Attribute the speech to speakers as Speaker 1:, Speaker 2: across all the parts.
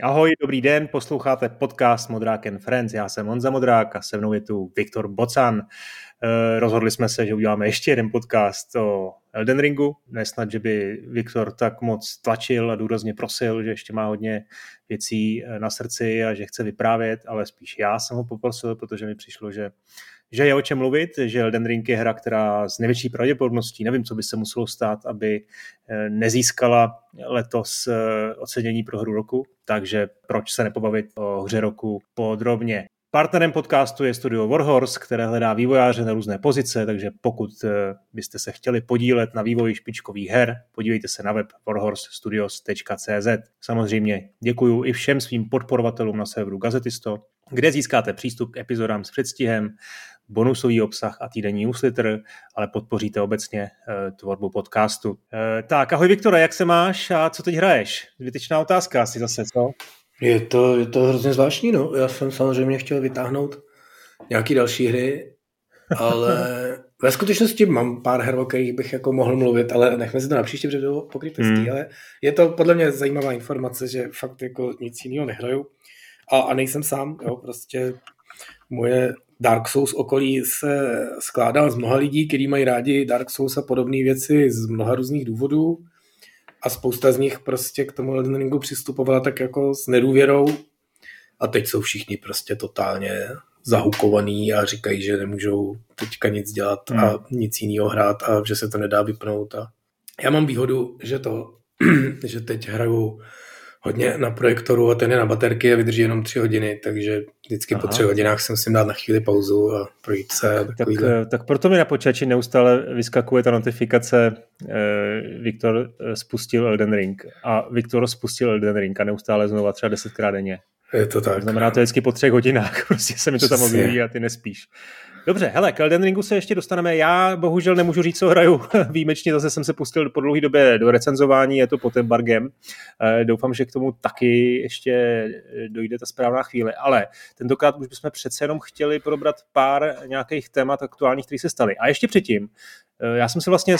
Speaker 1: Ahoj, dobrý den, posloucháte podcast Modrák and Friends. Já jsem Honza Modrák a se mnou je tu Viktor Bocan. Rozhodli jsme se, že uděláme ještě jeden podcast o Elden Ringu. Nesnad, že by Viktor tak moc tlačil a důrazně prosil, že ještě má hodně věcí na srdci a že chce vyprávět, ale spíš já jsem ho poprosil, protože mi přišlo, že je o čem mluvit, že Elden Ring je hra, která s největší pravděpodobností, nevím, co by se muselo stát, aby nezískala letos ocenění pro hru roku, takže proč se nepobavit o hře roku podrobně. Partnerem podcastu je studio Warhorse, které hledá vývojáře na různé pozice, takže pokud byste se chtěli podílet na vývoji špičkových her, podívejte se na web warhorsestudios.cz. Samozřejmě děkuju i všem svým podporovatelům na serveru Gazetisto, kde získáte přístup k epizodám s předstihem, bonusový obsah a týdenní newsletter, ale podpoříte obecně tvorbu podcastu. Tak, ahoj Viktore, jak se máš a co teď hraješ? Zbytečná otázka asi zase, co?
Speaker 2: Je to hrozně zvláštní, no. Já jsem samozřejmě chtěl vytáhnout nějaký další hry, ale ve skutečnosti mám pár her, o kterých bych jako mohl mluvit, ale nechme si to na příště před pokrytostí, ale je to podle mě zajímavá informace, že fakt jako nic jiného nehraju a nejsem sám, jo, prostě moje Dark Souls okolí se skládá z mnoha lidí, kteří mají rádi Dark Souls a podobné věci z mnoha různých důvodů a spousta z nich prostě k tomu Elden Ringu přistupovala tak jako s nedůvěrou a teď jsou všichni prostě totálně zahukovaný a říkají, že nemůžou teďka nic dělat a nic jiného hrát a že se to nedá vypnout. A já mám výhodu, že teď hraju hodně na projektoru a ten je na baterky a vydrží jenom 3 hodiny, takže vždycky po 3 hodinách jsem si dát na chvíli pauzu a projít se.
Speaker 1: Tak proto mi na počítači neustále vyskakuje ta notifikace Viktor spustil Elden Ring a Viktor spustil Elden Ring a neustále znova třeba 10krát denně.
Speaker 2: Je to tak.
Speaker 1: To znamená to vždycky po 3 hodinách, prostě se mi to tam objeví a ty nespíš. Dobře, hele, k Elden Ringu se ještě dostaneme. Já bohužel nemůžu říct, co hraju. Výjimečně zase jsem se pustil po dlouhé době do recenzování, je to pod embargem. Doufám, že k tomu taky ještě dojde ta správná chvíle. Ale tentokrát už bychom přece jenom chtěli probrat pár nějakých témat aktuálních, které se staly. A ještě předtím, já jsem se vlastně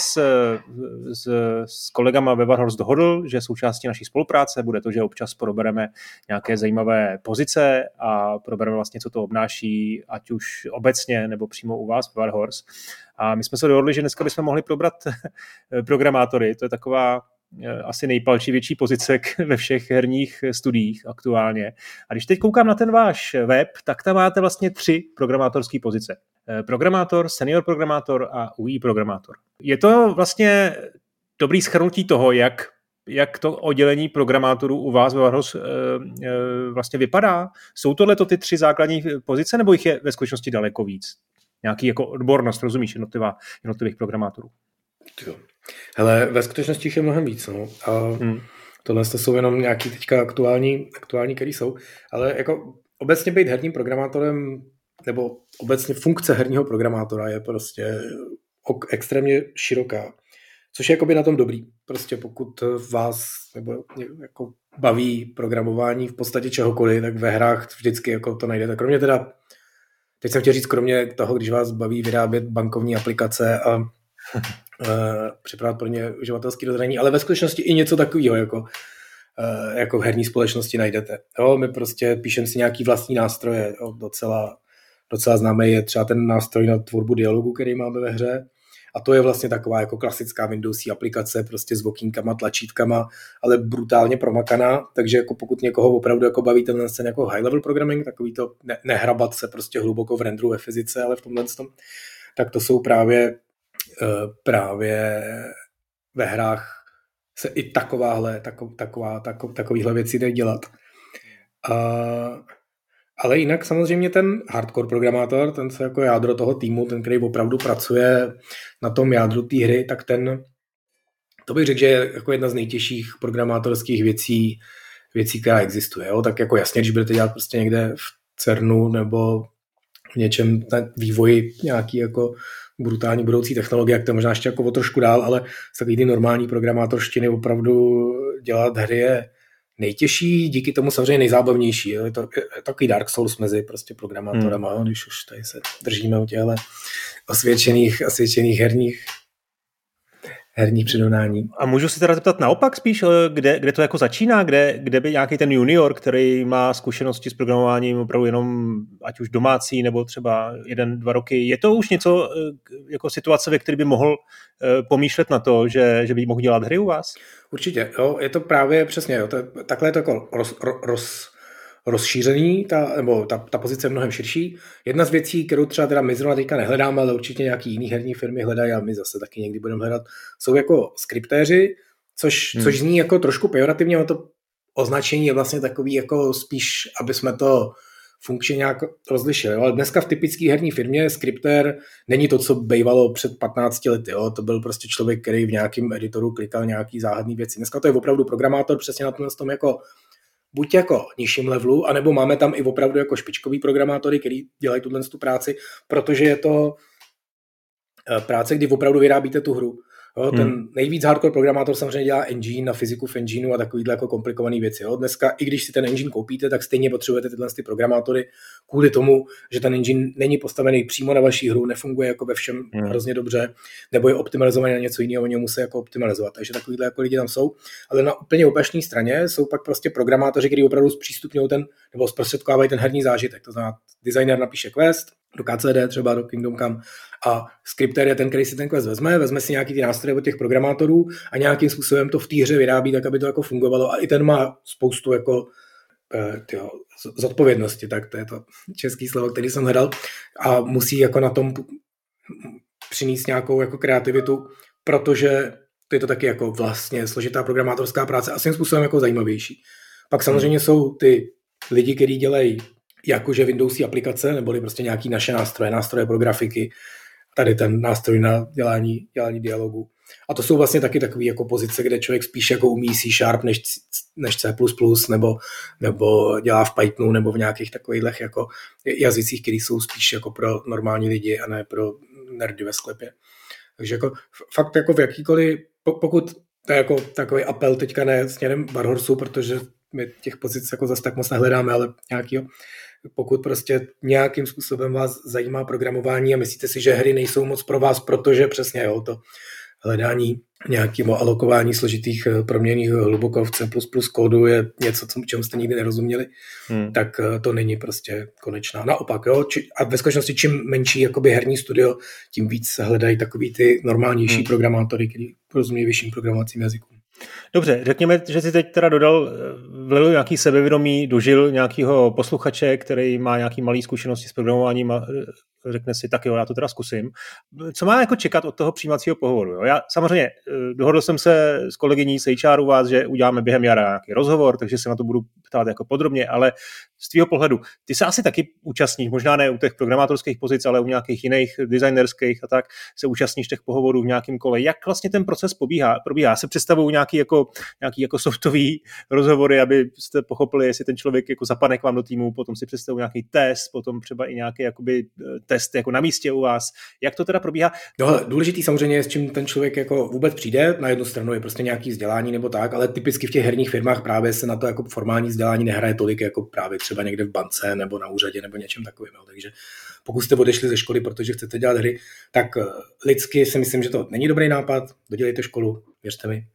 Speaker 1: s kolegama ve Warhorse dohodl, že součástí naší spolupráce bude to, že občas probereme nějaké zajímavé pozice a probereme vlastně, co to obnáší, ať už obecně nebo přímo u vás ve Warhorse. A my jsme se dohodli, že dneska bychom mohli probrat programátory. To je taková asi nejpalčivější pozice ve všech herních studiích aktuálně. A když teď koukám na ten váš web, tak tam máte vlastně 3 programátorské pozice. Programátor, senior programátor a UI programátor. Je to vlastně dobrý shrnutí toho, jak to oddělení programátorů u vás ve Warhorse vlastně vypadá? Jsou tohleto ty 3 základní pozice, nebo jich je ve skutečnosti daleko víc? Nějaký jako odbornost, rozumíš, jednotlivých programátorů?
Speaker 2: Jo. Hele, ve skutečnosti jich je mnohem víc, no. A tohle jsou jenom nějaký teďka aktuální, který jsou. Ale jako obecně být herním programátorem nebo obecně funkce herního programátora je prostě extrémně široká. Což je jakoby na tom dobrý. Prostě pokud vás nebo jako baví programování v podstatě čehokoliv, tak ve hrách vždycky jako to najdete. Kromě teda, teď jsem chtěl říct, kromě toho, když vás baví vyrábět bankovní aplikace a připravovat pro ně uživatelský rozhraní, ale ve skutečnosti i něco takového, jako v herní společnosti najdete. Jo, my prostě píšeme si nějaký vlastní nástroje, jo, docela známý je třeba ten nástroj na tvorbu dialogu, který máme ve hře. A to je vlastně taková jako klasická Windowsí aplikace, prostě s okýnkama, tlačítkama, ale brutálně promakaná, takže jako pokud někoho opravdu jako baví tenhle ten jako high level programming, takový to nehrabat se prostě hluboko v renderu ve fyzice, ale v tomhle tom, tak to jsou právě ve hrách se i takovýhle věci dají dělat. Ale jinak samozřejmě ten hardcore programátor, ten co jako jádro toho týmu, ten, který opravdu pracuje na tom jádru té hry, tak to bych řekl, že je jako jedna z nejtěžších programátorských věcí, která existuje. Jo? Tak jako jasně, když budete dělat prostě někde v CERNu nebo v něčem vývoji nějaký jako brutální budoucí technologie, jak to je možná ještě jako o trošku dál, ale z takový ty normální programátorštiny opravdu dělat hry je nejtěžší, díky tomu samozřejmě nejzábavnější. Je to takový Dark Souls mezi prostě programátorama, když už tady se držíme o těchto osvědčených herní přirovnání.
Speaker 1: A můžu se teda zeptat naopak spíš, kde to jako začíná, kde by nějaký ten junior, který má zkušenosti s programováním opravdu jenom ať už domácí nebo třeba 1-2 roky, je to už něco jako situace, ve které by mohl pomýšlet na to, že by mohl dělat hry u vás?
Speaker 2: Určitě, jo, je to právě přesně, jo, takhle je to jako rozšířený, ta pozice je mnohem širší. Jedna z věcí, kterou třeba teda my zrovna teďka nehledáme, ale určitě nějaký jiný herní firmy hledají a my zase taky někdy budeme hledat, jsou jako skriptéři, což zní jako trošku pejorativně, ale to označení je vlastně takový jako spíš, aby jsme to funkčně nějak rozlišili. Ale dneska v typické herní firmě skriptér není to, co bývalo před 15 lety. Jo? To byl prostě člověk, který v nějakém editoru klikal nějaký záhadný věci. Dneska to je opravdu programátor přesně na tom jako buď jako nižším levelu, anebo máme tam i opravdu jako špičkový programátory, který dělají tu práci, protože je to práce, kdy opravdu vyrábíte tu hru. Jo, ten nejvíc hardcore programátor samozřejmě dělá engine na fyziku v engineu a takovýhle jako komplikované věci. Jo. Dneska, i když si ten engine koupíte, tak stejně potřebujete tyhle programátory kvůli tomu, že ten engine není postavený přímo na vaší hru, nefunguje jako ve všem hrozně dobře, nebo je optimalizovaný na něco jiného, oni ho musí jako optimalizovat. Takže takovýhle jako lidi tam jsou. Ale na úplně opačné straně jsou pak prostě programátoři, kteří opravdu zpřístupňují nebo zprostředkovávají ten herní zážitek. To znamená, designer napíše quest, do KCD, třeba do Kingdom Come, a skriptér je ten, který si ten quest vezme si nějaký ty nástroje od těch programátorů a nějakým způsobem to v té hře vyrábí tak, aby to jako fungovalo, a i ten má spoustu jako zodpovědnosti, tak to je to český slovo, který jsem hledal, a musí jako na tom přinést nějakou jako kreativitu, protože to je to taky jako vlastně složitá programátorská práce a svým způsobem jako zajímavější. Pak samozřejmě jsou ty lidi, kteří dělají jakože Windowsí aplikace, neboli prostě nějaký naše nástroje pro grafiky, tady ten nástroj na dělání dialogu. A to jsou vlastně taky takové jako pozice, kde člověk spíš jako umí C# než C++, nebo dělá v Pythonu, nebo v nějakých takových jako jazycích, které jsou spíš jako pro normální lidi a ne pro nerdy ve sklepě. Takže jako fakt jako v jakýkoliv, pokud to je jako takový apel teďka ne směrem Warhorsu, protože my těch pozic jako zase tak moc nehledáme, ale nějakýho. Pokud prostě nějakým způsobem vás zajímá programování a myslíte si, že hry nejsou moc pro vás, protože přesně to hledání nějakého alokování složitých proměnných hluboko v C++ kódu je něco, čemu jste nikdy nerozuměli, tak to není prostě konečná. Naopak, a ve skutečnosti čím menší jakoby herní studio, tím víc hledají takový ty normálnější programátory, kteří rozumějí vyšším programovacím jazykům.
Speaker 1: Dobře, řekněme, že si teď teda vlil nějaký sebevědomí, dožil nějakého posluchače, který má nějaký malý zkušenosti s programováním a řekne si, tak jo, já to teda zkusím. Co má jako čekat od toho přijímacího pohovoru? Jo? Já samozřejmě dohodl jsem se s kolegyní z HR u vás, že uděláme během jara nějaký rozhovor, takže se na to budu ptát jako podrobně, ale z tvýho pohledu, ty se asi taky účastníš, možná ne u těch programátorských pozic, ale u nějakých jiných designerských a tak, se účastníš těch pohovorů v nějakém kole. Jak vlastně ten proces probíhá? Já se představuju nějaký jako softový rozhovory, abyste pochopili, jestli ten člověk jako zapadne k vám do týmu, potom si představuju nějaký test, potom třeba i nějaký jakoby test jako na místě u vás. Jak to teda probíhá?
Speaker 2: No, důležitý samozřejmě je, s čím ten člověk jako vůbec přijde. Na jednu stranu je prostě nějaký vzdělání nebo tak, ale typicky v těch herních firmách právě se na to jako formální vzdělání nehraje tolik jako právě třeba někde v bance nebo na úřadě nebo něčem takovým. Takže pokud jste odešli ze školy, protože chcete dělat hry, tak lidsky si myslím, že to není dobrý nápad. Dodělejte školu, věřte mi.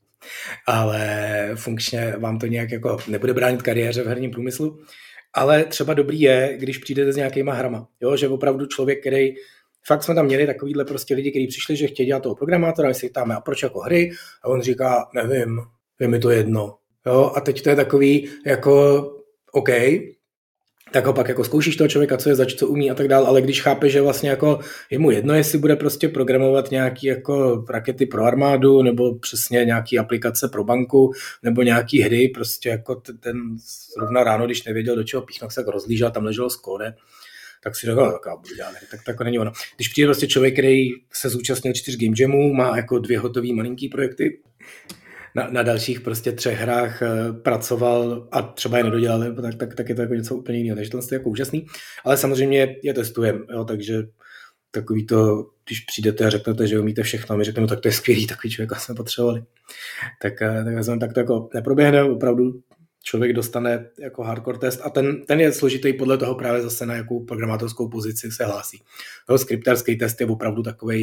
Speaker 2: Ale funkčně vám to nějak jako nebude bránit kariéře v herním průmyslu. Ale třeba dobrý je, když přijdete s nějakýma hrama. Jo? Že opravdu člověk, který fakt jsme tam měli takovýhle prostě lidi, kteří přišli, že chtějí dělat toho programátora, my si ptáme, a proč jako hry? A on říká, nevím, je mi to jedno. Jo? A teď to je takový jako OK, tak ho pak jako zkoušíš toho člověka, co je zač, co umí a tak dál, ale když chápe, že vlastně jako je mu jedno, jestli bude prostě programovat nějaký jako rakety pro armádu, nebo přesně nějaký aplikace pro banku, nebo nějaký hry, prostě jako ten zrovna ráno, když nevěděl, do čeho píchnout, se tak rozlížel, tam leželo skóre, tak si řekl, tak budu dělat hry, tak to není ono. Když přijde prostě člověk, který se zúčastnil 4 game jamů, má jako 2 hotový malinký projekty, na dalších prostě 3 hrách pracoval a třeba je nedodělal, tak je to jako něco úplně jiného. Takže to je jako úžasný. Ale samozřejmě je testujeme, takže takový to, když přijdete a řeknete, že umíte všechno, a my řekneme, tak to je skvělý, takový člověk jsme potřebovali. Tak to jako neproběhne, opravdu člověk dostane jako hardcore test a ten je složitý podle toho právě zase, na jakou programátorskou pozici se hlásí. Skriptérský test je opravdu takovej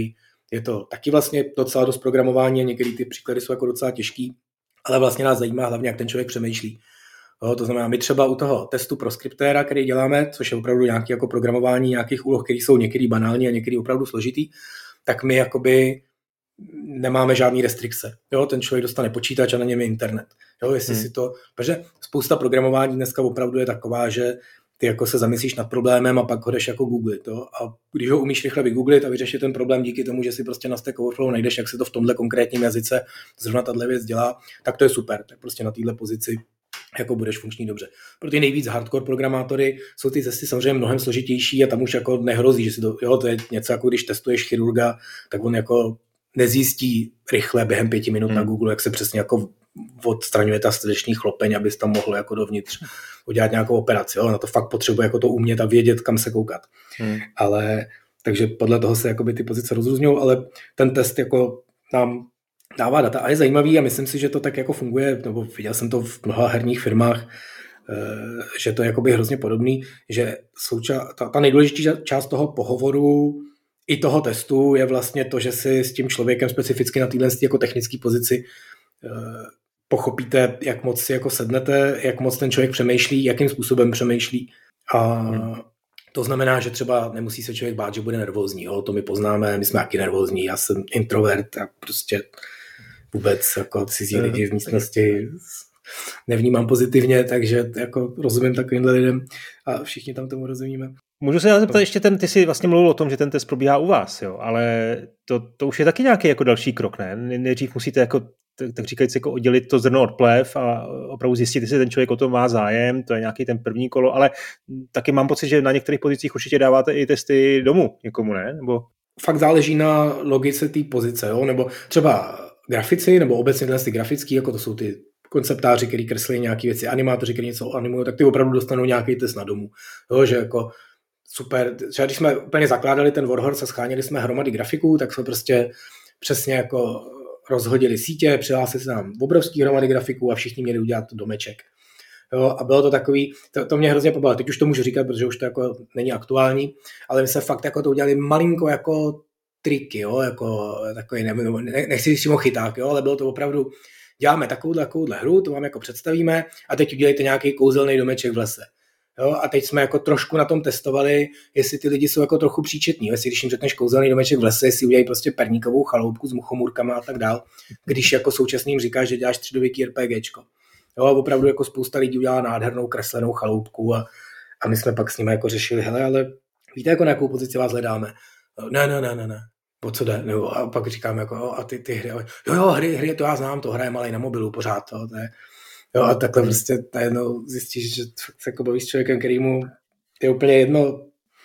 Speaker 2: je to taky vlastně docela dost programování a některé ty příklady jsou jako docela těžký, ale vlastně nás zajímá hlavně, jak ten člověk přemýšlí. To znamená, my třeba u toho testu pro skriptéra, který děláme, což je opravdu nějaké jako programování nějakých úloh, které jsou některý banální a některý opravdu složitý, tak my jakoby nemáme žádný restrikce. Jo, ten člověk dostane počítač a na něm je internet. Jo, jestli si to, protože spousta programování dneska opravdu je taková, že ty jako se zamyslíš nad problémem a pak ho jdeš jako googlit. Jo? A když ho umíš rychle vygooglit a vyřešit ten problém díky tomu, že si prostě na Stack Overflow najdeš, jak se to v tomhle konkrétním jazyce zrovna tahle věc dělá, tak to je super. Tak prostě na téhle pozici jako budeš funkční dobře. Pro ty nejvíc hardcore programátory jsou ty testy samozřejmě mnohem složitější a tam už jako nehrozí, že si to je něco jako když testuješ chirurga, tak on jako nezjistí rychle během 5 minut na Google, jak se přesně jako odstraňuje ta srdeční chlopeň, abys tam mohl jako dovnitř udělat nějakou operaci. Jo? Na to fakt potřebuje jako to umět a vědět, kam se koukat. Ale takže podle toho se jakoby ty pozice rozrůzňují, ale ten test jako nám dává data a je zajímavý a myslím si, že to tak jako funguje, nebo viděl jsem to v mnoha herních firmách, že to je jakoby hrozně podobný, že ta nejdůležitější část toho pohovoru i toho testu je vlastně to, že si s tím člověkem specificky na téhle jako technické pozici pochopíte, jak moc si jako sednete, jak moc ten člověk přemýšlí, jakým způsobem přemýšlí. A to znamená, že třeba nemusí se člověk bát, že bude nervózní. Jo? To my poznáme, my jsme taky nervózní, já jsem introvert a prostě vůbec jako cizí lidi v místnosti nevnímám pozitivně, takže jako rozumím takovýmhle lidem a všichni tam tomu rozumíme.
Speaker 1: Můžu se zeptat ještě ty jsi vlastně mluvil o tom, že ten test probíhá u vás, jo, ale to už je taky nějaký jako další krok, ne? Nejdřív musíte jako tak říkajíc jako oddělit to zrno od plev a opravdu zjistit, jestli ten člověk o tom má zájem, to je nějaký ten první kolo, ale taky mám pocit, že na některých pozicích určitě dáváte i testy domů někomu, ne? Nebo...
Speaker 2: Fakt záleží na logice té pozice, jo? Nebo třeba grafici, nebo obecně ty grafický, jako to jsou ty konceptáři, který kreslí nějaké věci, animátoři, kteří něco animují, tak ty opravdu dostanou nějaký test na domu. Jo? Že jako super, třeba když jsme úplně zakládali ten Warhorse a scháněli jsme hromady grafiků, tak jsme prostě přesně jako rozhodili sítě, přihlásili se nám obrovský hromady grafiků a všichni měli udělat domeček. Jo, a bylo to takový, to mě hrozně pobavilo. Teď už to můžu říkat, protože už to jako není aktuální, ale my jsme fakt jako to udělali malinko jako triky, jo, jako takový, nechci říct přímo chyták, jo, ale bylo to opravdu, děláme takovouhle hru, to vám jako představíme a teď udělejte nějaký kouzelný domeček v lese. Jo, a teď jsme jako trošku na tom testovali, jestli ty lidi jsou jako trochu příčetní, jestli když jim řekneš kouzelný domeček v lese, jestli udělají prostě perníkovou chaloupku s muchomůrkama a tak dál, když jako současně jim říkáš, že děláš středověký RPGčko. Jo, a opravdu jako spousta lidí udělá nádhernou kreslenou chaloupku a my jsme pak s nimi jako řešili, hele, ale víte, jako na jakou pozici vás hledáme? Ne. Po co jde? Nebo, a pak říkáme jako, a ty hry, jo, hry, to já znám, to hrajem, ale i na mobilu pořád, to je. Jo, a takhle prostě najednou zjistíš, že se jako bavíš s člověkem, kterýmu je úplně jedno,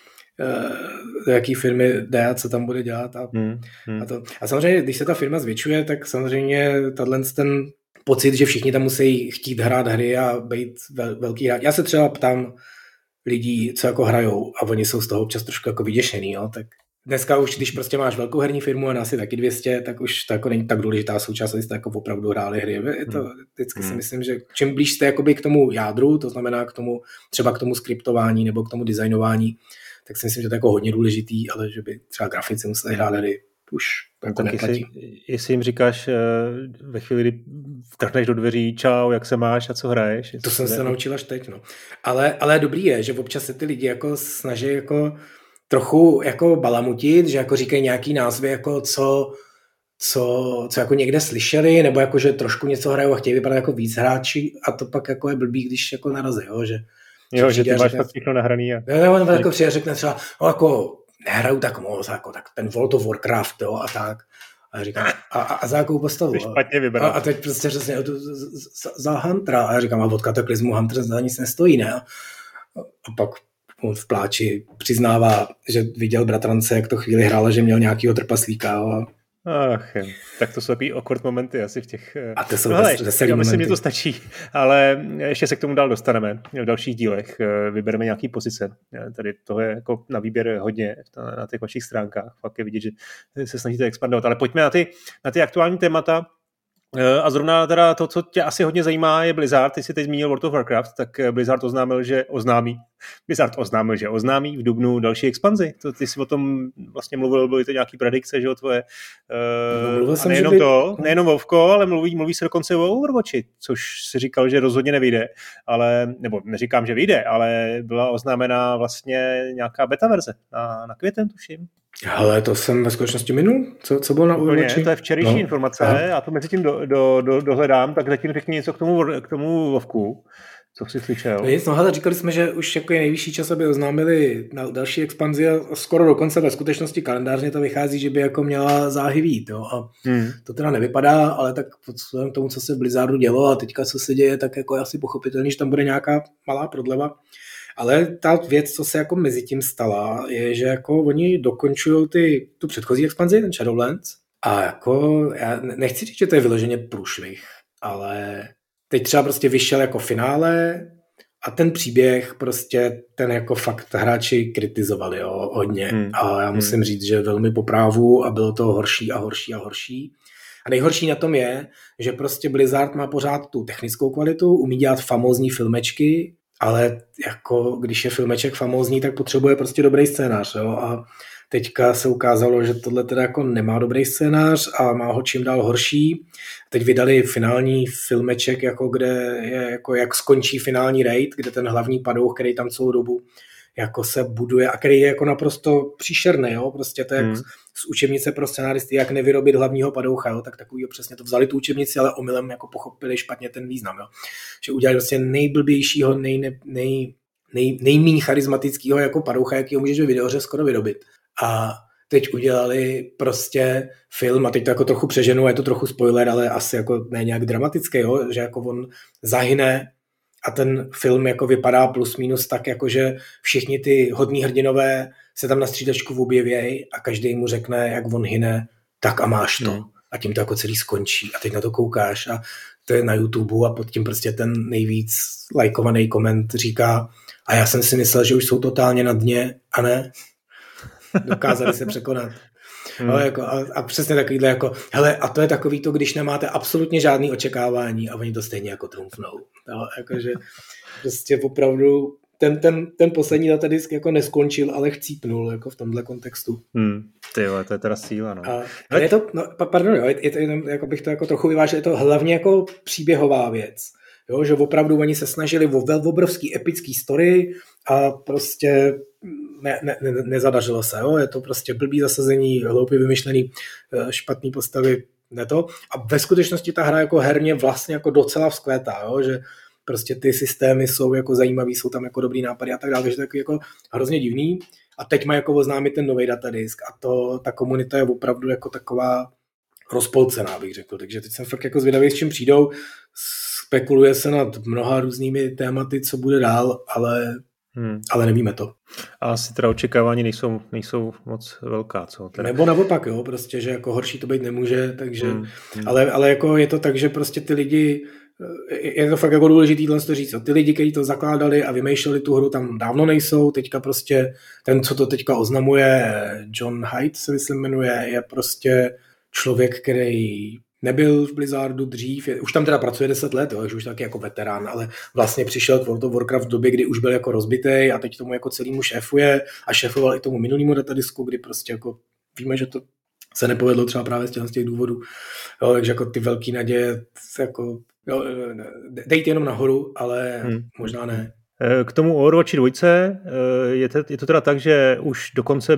Speaker 2: do jaký firmy jde a co tam bude dělat. A samozřejmě, když se ta firma zvětšuje, tak samozřejmě ten pocit, že všichni tam musí chtít hrát hry a být velký hráč. Já se třeba ptám lidí, co jako hrajou a oni jsou z toho občas trošku jako vyděšený, jo, tak dneska už, když prostě máš velkou herní firmu a nás je taky 200, tak už to jako není tak důležitá součást, abyste jako opravdu hráli hry. Je to, vždycky si myslím, že čím blíž jste jakoby k tomu jádru, to znamená třeba k tomu skriptování nebo k tomu designování, tak si myslím, že to je jako hodně důležitý, ale že by třeba grafici museli hrát hry, už jako neplatí.
Speaker 1: Jestli jim říkáš ve chvíli, kdy vtrhneš do dveří, čau, jak se máš a co hraješ?
Speaker 2: To jsem se naučil až teď, no. Ale dobrý je, že občas se ty lidi jako snaží jako trochu jako balamutit, že jako říkají nějaký názvy, jako co jako někde slyšeli, nebo jako, že trošku něco hrajou a chtějí vypadat jako víc hráči a to pak jako je blbý, když jako narazí, jo,
Speaker 1: že ty máš fakt všechno nahraný.
Speaker 2: Nebo jako přijde řekne třeba, no jako nehraju tak moc, jako tak ten World of Warcraft, jo, a tak. A říkám, a za jakou postavu?
Speaker 1: Špatně vybral.
Speaker 2: A teď prostě přesně za Huntera. A já říkám, a od Kataklizmu Hunter za nic nestojí, ne? A pak on v pláči přiznává, že viděl bratrance, jak to chvíli hrála, že měl nějakýho trpaslíka.
Speaker 1: Ach, tak to jsou takový awkward momenty asi v těch...
Speaker 2: A to jsou veselý momenty.
Speaker 1: Myslím, že to stačí, ale ještě se k tomu dál dostaneme v dalších dílech. Vybereme nějaký pozice. Tady toho je jako na výběr hodně na těch vašich stránkách. Fakt je vidět, že se snažíte expandovat. Ale pojďme na ty aktuální témata. A zrovna teda to, co tě asi hodně zajímá, je Blizzard. Ty jsi teď zmínil World of Warcraft, tak Blizzard oznámil, že oznámí Blizzard oznámil, že oznámí v dubnu další expanzi. Ty jsi o tom vlastně mluvil, byly to nějaký predikce, že jo, tvoje. A nejenom nejenom WoWko, ale mluví se dokonce o Overwatchi, což si říkal, že rozhodně nevyjde, nebo neříkám, že vyjde, ale byla oznámena vlastně nějaká beta verze na květen, tuším.
Speaker 2: Ale to jsem ve skutečnosti minul? Co bylo na Overwatchi?
Speaker 1: To je včerejší informace, já to mezi tím dohledám, tak zatím řekni něco k tomu WoWku. Co jsi slyšel?
Speaker 2: No, říkali jsme, že už jako je nejvyšší čas, aby oznámili na další expanzi a skoro dokonce ve skutečnosti kalendářně to vychází, že by jako měla záhy vít. Jo? A to teda nevypadá, ale tak vzhledem tomu, co se v Blizzardu dělo a teďka co se děje, tak jako asi pochopitelný, že tam bude nějaká malá prodleva. Ale ta věc, co se jako mezi tím stala, je, že jako oni dokončují tu předchozí expanzi, ten Shadowlands. A jako já nechci říct, že to je vyloženě průšvih, ale teď třeba prostě vyšel jako finále a ten příběh prostě ten jako fakt hráči kritizovali, jo, hodně. A já musím říct, že velmi po právu a bylo to horší a horší a horší. A nejhorší na tom je, že prostě Blizzard má pořád tu technickou kvalitu, umí dělat famózní filmečky, ale jako když je filmeček famózní, tak potřebuje prostě dobrý scénář, jo. A teďka se ukázalo, že tohle teda jako nemá dobrý scénář a má ho čím dál horší. Teď vydali finální filmeček, jako kde je jako jak skončí finální raid, kde ten hlavní padouch, který tam celou dobu jako se buduje a který je jako naprosto příšerný, jo, prostě to je jak z učebnice pro scenáristy, jak nevyrobit hlavního padoucha, jo, tak takovýho přesně to vzali tu učebnici, ale omylem jako pochopili špatně ten význam, jo. Že udělali prostě nejblbějšího, nejméně charismatického jako padoucha, jakýho můžeš ve videohře skoro vyrobit. A teď udělali prostě film, a teď to jako trochu přeženu, je to trochu spoiler, ale asi jako ne nějak dramatický, jo, že jako on zahyne a ten film jako vypadá plus minus tak, jako že všichni ty hodní hrdinové se tam na střídačku objevějí a každý mu řekne, jak on hyne, tak a máš to. A tím to jako celý skončí. A teď na to koukáš a to je na YouTube a pod tím prostě ten nejvíc lajkovaný koment říká a já jsem si myslel, že už jsou totálně na dně a ne. Dokázali se překonat. Ale jako, a přesně takovýhle jako, hele, a to je takový to, když nemáte absolutně žádný očekávání a oni to stejně jako trumfnou. Jakože prostě opravdu ten poslední datadisk jako neskončil, ale chcípnul jako v tomhle kontextu.
Speaker 1: Tyjo, to je teda síla, no.
Speaker 2: A je to, no, pardon, jo, je to jenom, jako bych to jako trochu vyvážil, je to hlavně jako příběhová věc. Jo, že opravdu oni se snažili o obrovský epický story a prostě nezadařilo se. Jo? Je to prostě blbý zasazení, hloupě vymyšlený, špatný postavy, ne to. A ve skutečnosti ta hra jako herně vlastně jako docela vzkvétá, jo? Že prostě ty systémy jsou jako zajímavý, jsou tam jako dobrý nápady a tak dále, že to je jako hrozně divný. A teď má jako oznámit ten nový datadisk a ta komunita je opravdu jako taková rozpolcená, bych řekl. Takže teď jsem fakt jako zvědavý, s čím přijdou. Spekuluje se nad mnoha různými tématy, co bude dál, ale nevíme to.
Speaker 1: A asi teda očekávání nejsou moc velká, co? Teda?
Speaker 2: Nebo naopak, jo, prostě, že jako horší to být nemůže, takže, ale jako je to tak, že prostě ty lidi, je to fakt jako důležitý to říct, ty lidi, kteří to zakládali a vymýšleli tu hru, tam dávno nejsou, teďka prostě ten, co to teďka oznamuje, John Hyde se myslím jmenuje, je prostě člověk, který nebyl v Blizzardu dřív, už tam teda pracuje 10 let, jo, takže už taky jako veterán, ale vlastně přišel k World of Warcraft v době, kdy už byl jako rozbitej a teď tomu jako celýmu šéfuje a šéfoval i tomu minulýmu datadisku, kdy prostě jako víme, že to se nepovedlo třeba právě z těch důvodů, jo, takže jako ty velký naděje jako, jo, dejte jenom nahoru, ale možná ne.
Speaker 1: K tomu Overwatchi 2 je to teda tak, že už dokonce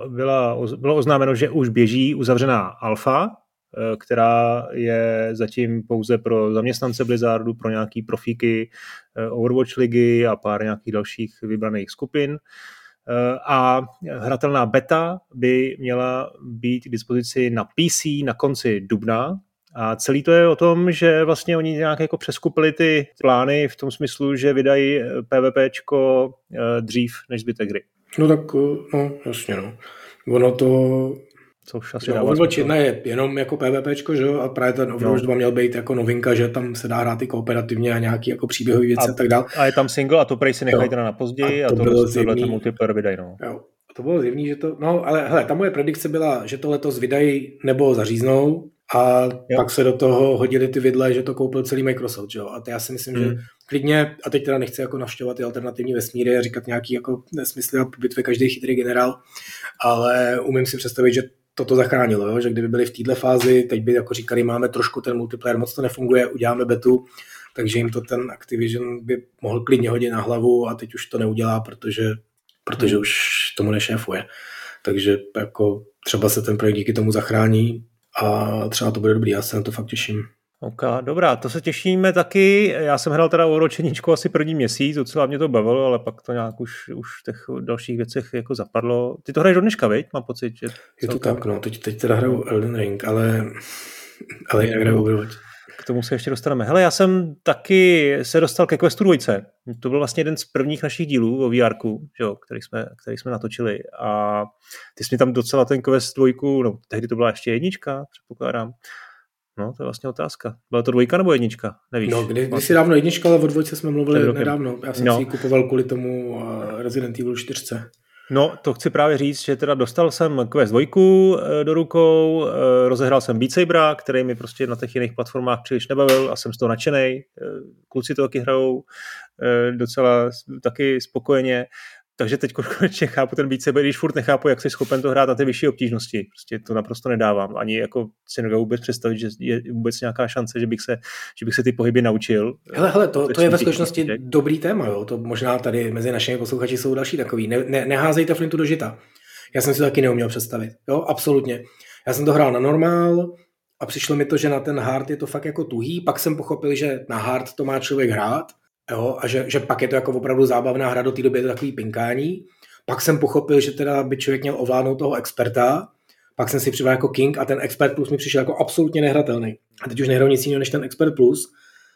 Speaker 1: bylo oznámeno, že už běží uzavřená alfa, která je zatím pouze pro zaměstnance Blizzardu, pro nějaký profíky Overwatch ligy a pár nějakých dalších vybraných skupin. A hratelná beta by měla být k dispozici na PC na konci dubna. A celý to je o tom, že vlastně oni nějak jako přeskupili ty plány v tom smyslu, že vydají PvPčko dřív než zbytek hry.
Speaker 2: No tak, no jasně, no. Ono to... Overwatch 1 je jenom jako PvPčko, že jo, a právě ten Overwatch 2 měl být jako novinka, že tam se dá hrát i kooperativně a nějaký jako příběhový věci a tak dál.
Speaker 1: A je tam single a to prej si nechají teda na později a to tohle multiplayer vydají, no.
Speaker 2: Jo. To bylo zjevný, že to, no ale hele, ta moje predikce byla, že to letos vydají nebo zaříznou a pak se do toho hodili ty vidle, že to koupil celý Microsoft, že jo, a já si myslím, že klidně, a teď teda nechci jako navštěvovat ty alternativní vesmíry a říkat nějaký jako nesmysly a po bitvě každý chytrý generál, ale umím si představit, že toto zachránilo, jo? Že kdyby byli v této fázi, teď by jako říkali, máme trošku ten multiplayer, moc to nefunguje, uděláme betu, takže jim to ten Activision by mohl klidně hodit na hlavu a teď už to neudělá, protože už tomu nešéfuje. Takže jako třeba se ten projekt díky tomu zachrání a třeba to bude dobrý, já se na to fakt těším.
Speaker 1: Ok, dobrá, to se těšíme taky. Já jsem hrál teda Overwatch jako první měsíc, docela mě to bavilo, ale pak to nějak už v těch dalších věcech jako zapadlo. Ty to hraješ do dneška, viď? Mám pocit, že...
Speaker 2: Je to tak, no. Teď teda hraju Elden Ring, ale jinak hraju Overwatch.
Speaker 1: K tomu se ještě dostaneme. Hele, já jsem taky se dostal ke Questu 2. To byl vlastně jeden z prvních našich dílů o VRku, který jsme natočili. A ty jsi mi tam docela ten Quest 2, no tehdy to byla ještě jednička, předpokládám. No, to je vlastně otázka. Byla to 2 nebo 1? Nevíš.
Speaker 2: No, kdysi dávno 1, ale o 2 jsme mluvili nedávno. Já jsem si ji kupoval kvůli tomu Resident Evil 4.
Speaker 1: No, to chci právě říct, že teda dostal jsem Quest 2 do rukou, rozehrál jsem Beat Sabera, který mi prostě na těch jiných platformách příliš nebavil a jsem z toho nadšenej. Kluci to taky hrajou docela taky spokojeně. Takže teď konečně chápu ten Beat Saber, když furt nechápu, jak jsi schopen to hrát na ty vyšší obtížnosti. Prostě to naprosto nedávám. Ani jako si nedokážu vůbec představit, že je vůbec nějaká šance, že bych se ty pohyby naučil.
Speaker 2: Hele, to je ve skutečnosti dobrý téma. Jo? To možná tady mezi našimi posluchači jsou další takový. Neházejte flintu do žita. Já jsem si to taky neuměl představit. Jo, absolutně. Já jsem to hrál na normál a přišlo mi to, že na ten hard je to fakt jako tuhý. Pak jsem pochopil, že na hard to má člověk hrát. Jo, a že pak je to jako opravdu zábavná hra, do té doby je to takový pinkání. Pak jsem pochopil, že teda by člověk měl ovládnout toho experta. Pak jsem si přibral jako king a ten expert plus mi přišel jako absolutně nehratelný. A teď už nehraju nic jiného než ten expert plus.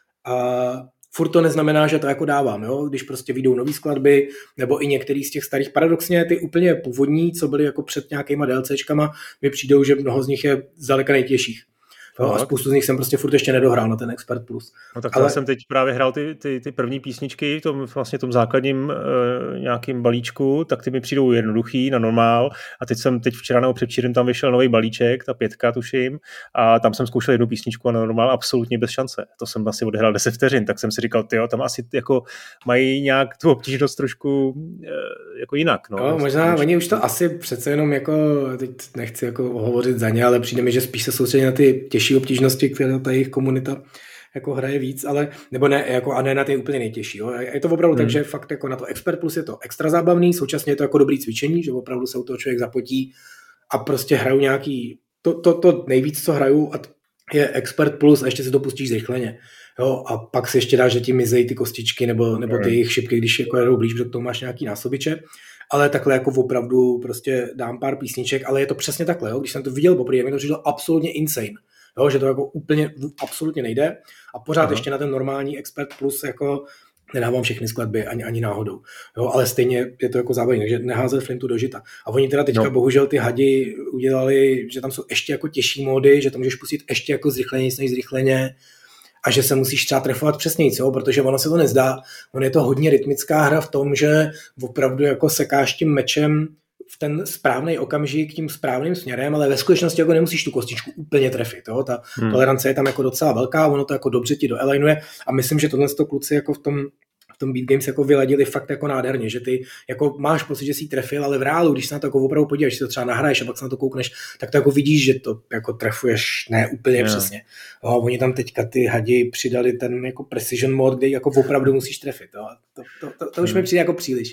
Speaker 2: A furt to neznamená, že to jako dávám, jo? Když prostě vyjdou nový skladby, nebo i některý z těch starých, paradoxně ty úplně původní, co byly jako před nějakýma DLCčkama, mi přijdou, že mnoho z nich je zdaleka nejtěžších. No, a spoustu z nich jsem prostě furt ještě nedohrál na ten Expert Plus.
Speaker 1: No tak ale jsem teď právě hrál ty první písničky v tom základním nějakým balíčku, tak ty mi přijdou jednoduchý na normál a teď včera nebo předvčírem tam vyšel nový balíček, ta 5 tuším, a tam jsem zkoušel jednu písničku a na normál absolutně bez šance. To jsem asi odehrál 10 vteřin, tak jsem si říkal, tyjo, tam asi jako mají nějak tu obtížnost trošku jako jinak.
Speaker 2: No, možná oni už to asi přece jenom jako, teď nechci jako hovořit za ně, ale přijde mi, že spíš se soustředí na ty těžší obtížnosti, které ta jejich komunita jako hraje víc, ale nebo ne, jako, a ne na ty úplně nejtěžší. Jo. Je to opravdu tak, že fakt jako na to Expert Plus je to extra zábavný, současně je to jako dobrý cvičení, že opravdu se u toho člověk zapotí a prostě hraju nějaký, to nejvíc, co hraju, je Expert Plus a ještě si to pustíš zrychleně. Jo, a pak si ještě dáš, že ti mizejí ty kostičky nebo ty jejich šipky, když jako jedou blíž, protože k tomu máš nějaký násobiče. Ale takhle jako opravdu prostě dám pár písniček, ale je to přesně takhle. Jo. Když jsem to viděl poprvé, mi to přišlo absolutně insane. Jo, že to jako úplně absolutně nejde a pořád ještě na ten normální Expert Plus jako nedávám všechny skladby ani náhodou. Jo, ale stejně je to jako zábavné, takže neházet flintu do žita. A oni teda teďka bohužel ty hadi udělali, že tam jsou ještě jako těžší módy, že to můžeš pustit ještě jako zrychleně a že se musíš třeba trefovat přesněji, protože ono se to nezdá. Ono je to hodně rytmická hra v tom, že opravdu jako sekáš tím mečem v ten správný okamžik tím správným směrem, ale ve skutečnosti jako nemusíš tu kostičku úplně trefit. Jo? Ta tolerance je tam jako docela velká, ono to jako dobře ti doalignuje a myslím, že tohle kluci jako v tom Beat Games jako vyladili fakt jako nádherně, že ty jako máš pocit, že jsi trefil, ale v reálu, když se na to jako opravdu podíváš, si to třeba nahraješ a pak se na to koukneš, tak to jako vidíš, že to jako trefuješ ne úplně přesně. A oni tam teďka ty hadi přidali ten jako precision mod, kde jako opravdu musíš trefit. Jo? To už mi přijde jako příliš.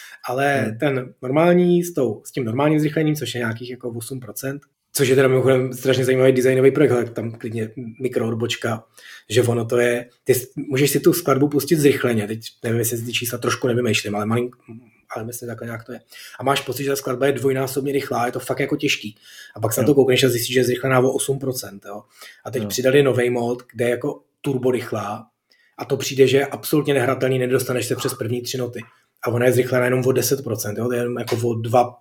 Speaker 2: Ale ten normální s tím normálním zrychlením, což je nějakých jako 8%, což je teda mimochodem strašně zajímavý designový projekt, ale tam klidně mikroodbočka, že ono to je, ty můžeš si tu skladbu pustit zrychleně, teď nevím, jestli si ty čísla trošku nevymýšlím, ale myslím, takhle nějak to je. A máš pocit, že ta skladba je dvojnásobně rychlá, je to fakt jako těžký. A pak se na to koukneš a zjistíš, že je zrychlená o 8%. Jo. A teď přidali nový mod, kde je jako turbo rychlá a to přijde, že je absolutně nehratelný, nedostaneš se přes první 3 noty. A ona je zrychlená jenom o 10%, jo? To je jenom jako o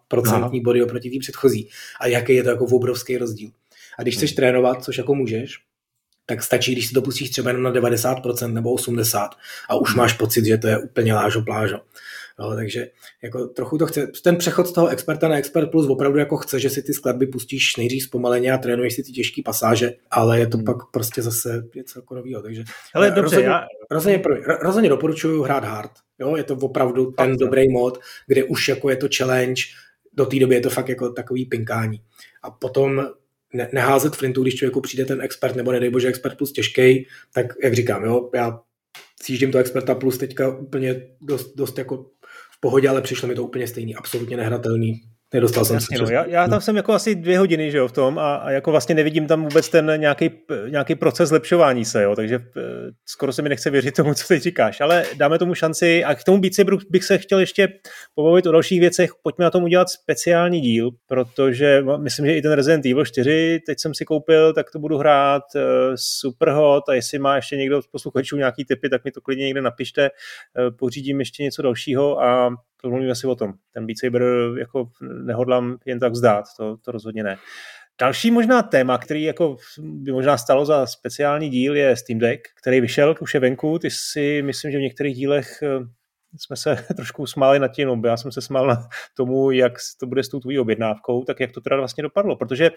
Speaker 2: 2% body oproti té předchozí. A jaký je to jako obrovský rozdíl. A když chceš trénovat, což jako můžeš, tak stačí, když si to pustíš třeba jenom na 90% nebo 80% a už máš pocit, že to je úplně lážo plážo. No, takže jako trochu to chce, ten přechod z toho experta na Expert Plus opravdu jako chce, že si ty skladby pustíš nejdřív zpomaleně a trénuješ si ty těžké pasáže, ale je to pak prostě zase něco jako novýho, takže
Speaker 1: hele, dobře,
Speaker 2: rozhodně doporučuji hrát hard, jo, je to opravdu ten dobrý mod, kde už jako je to challenge, do té doby je to fakt jako takový pinkání a potom neházet flintu, když člověku přijde ten expert, nebo nedej bože Expert Plus těžkej, tak jak říkám, jo, já sjíždím to Experta Plus teďka úplně dost jako v pohodě, ale přišlo mi to úplně stejný, absolutně nehratelný. Nedostal jsem
Speaker 1: se. No, já tam jsem jako asi 2 hodiny, že jo, v tom a jako vlastně nevidím tam vůbec ten nějaký proces zlepšování se, jo, takže skoro se mi nechce věřit tomu, co teď říkáš, ale dáme tomu šanci a k tomu Beat Saberu bych se chtěl ještě pobavit o dalších věcech, pojďme na tom udělat speciální díl, protože myslím, že i ten Resident Evil 4 teď jsem si koupil, tak to budu hrát Superhot a jestli má ještě někdo z posluchačů nějaký tipy, tak mi to klidně někde napište, pořídím ještě něco dalšího a mluvíme si o tom. Ten Beat Saber jako nehodlám jen tak vzdát, to rozhodně ne. Další možná téma, který jako by možná stalo za speciální díl, je Steam Deck, který vyšel, už je venku. Ty si myslím, že v některých dílech jsme se trošku smáli nad tím, já jsem se smál na tomu, jak to bude s tou tvojí objednávkou, tak jak to teda vlastně dopadlo, protože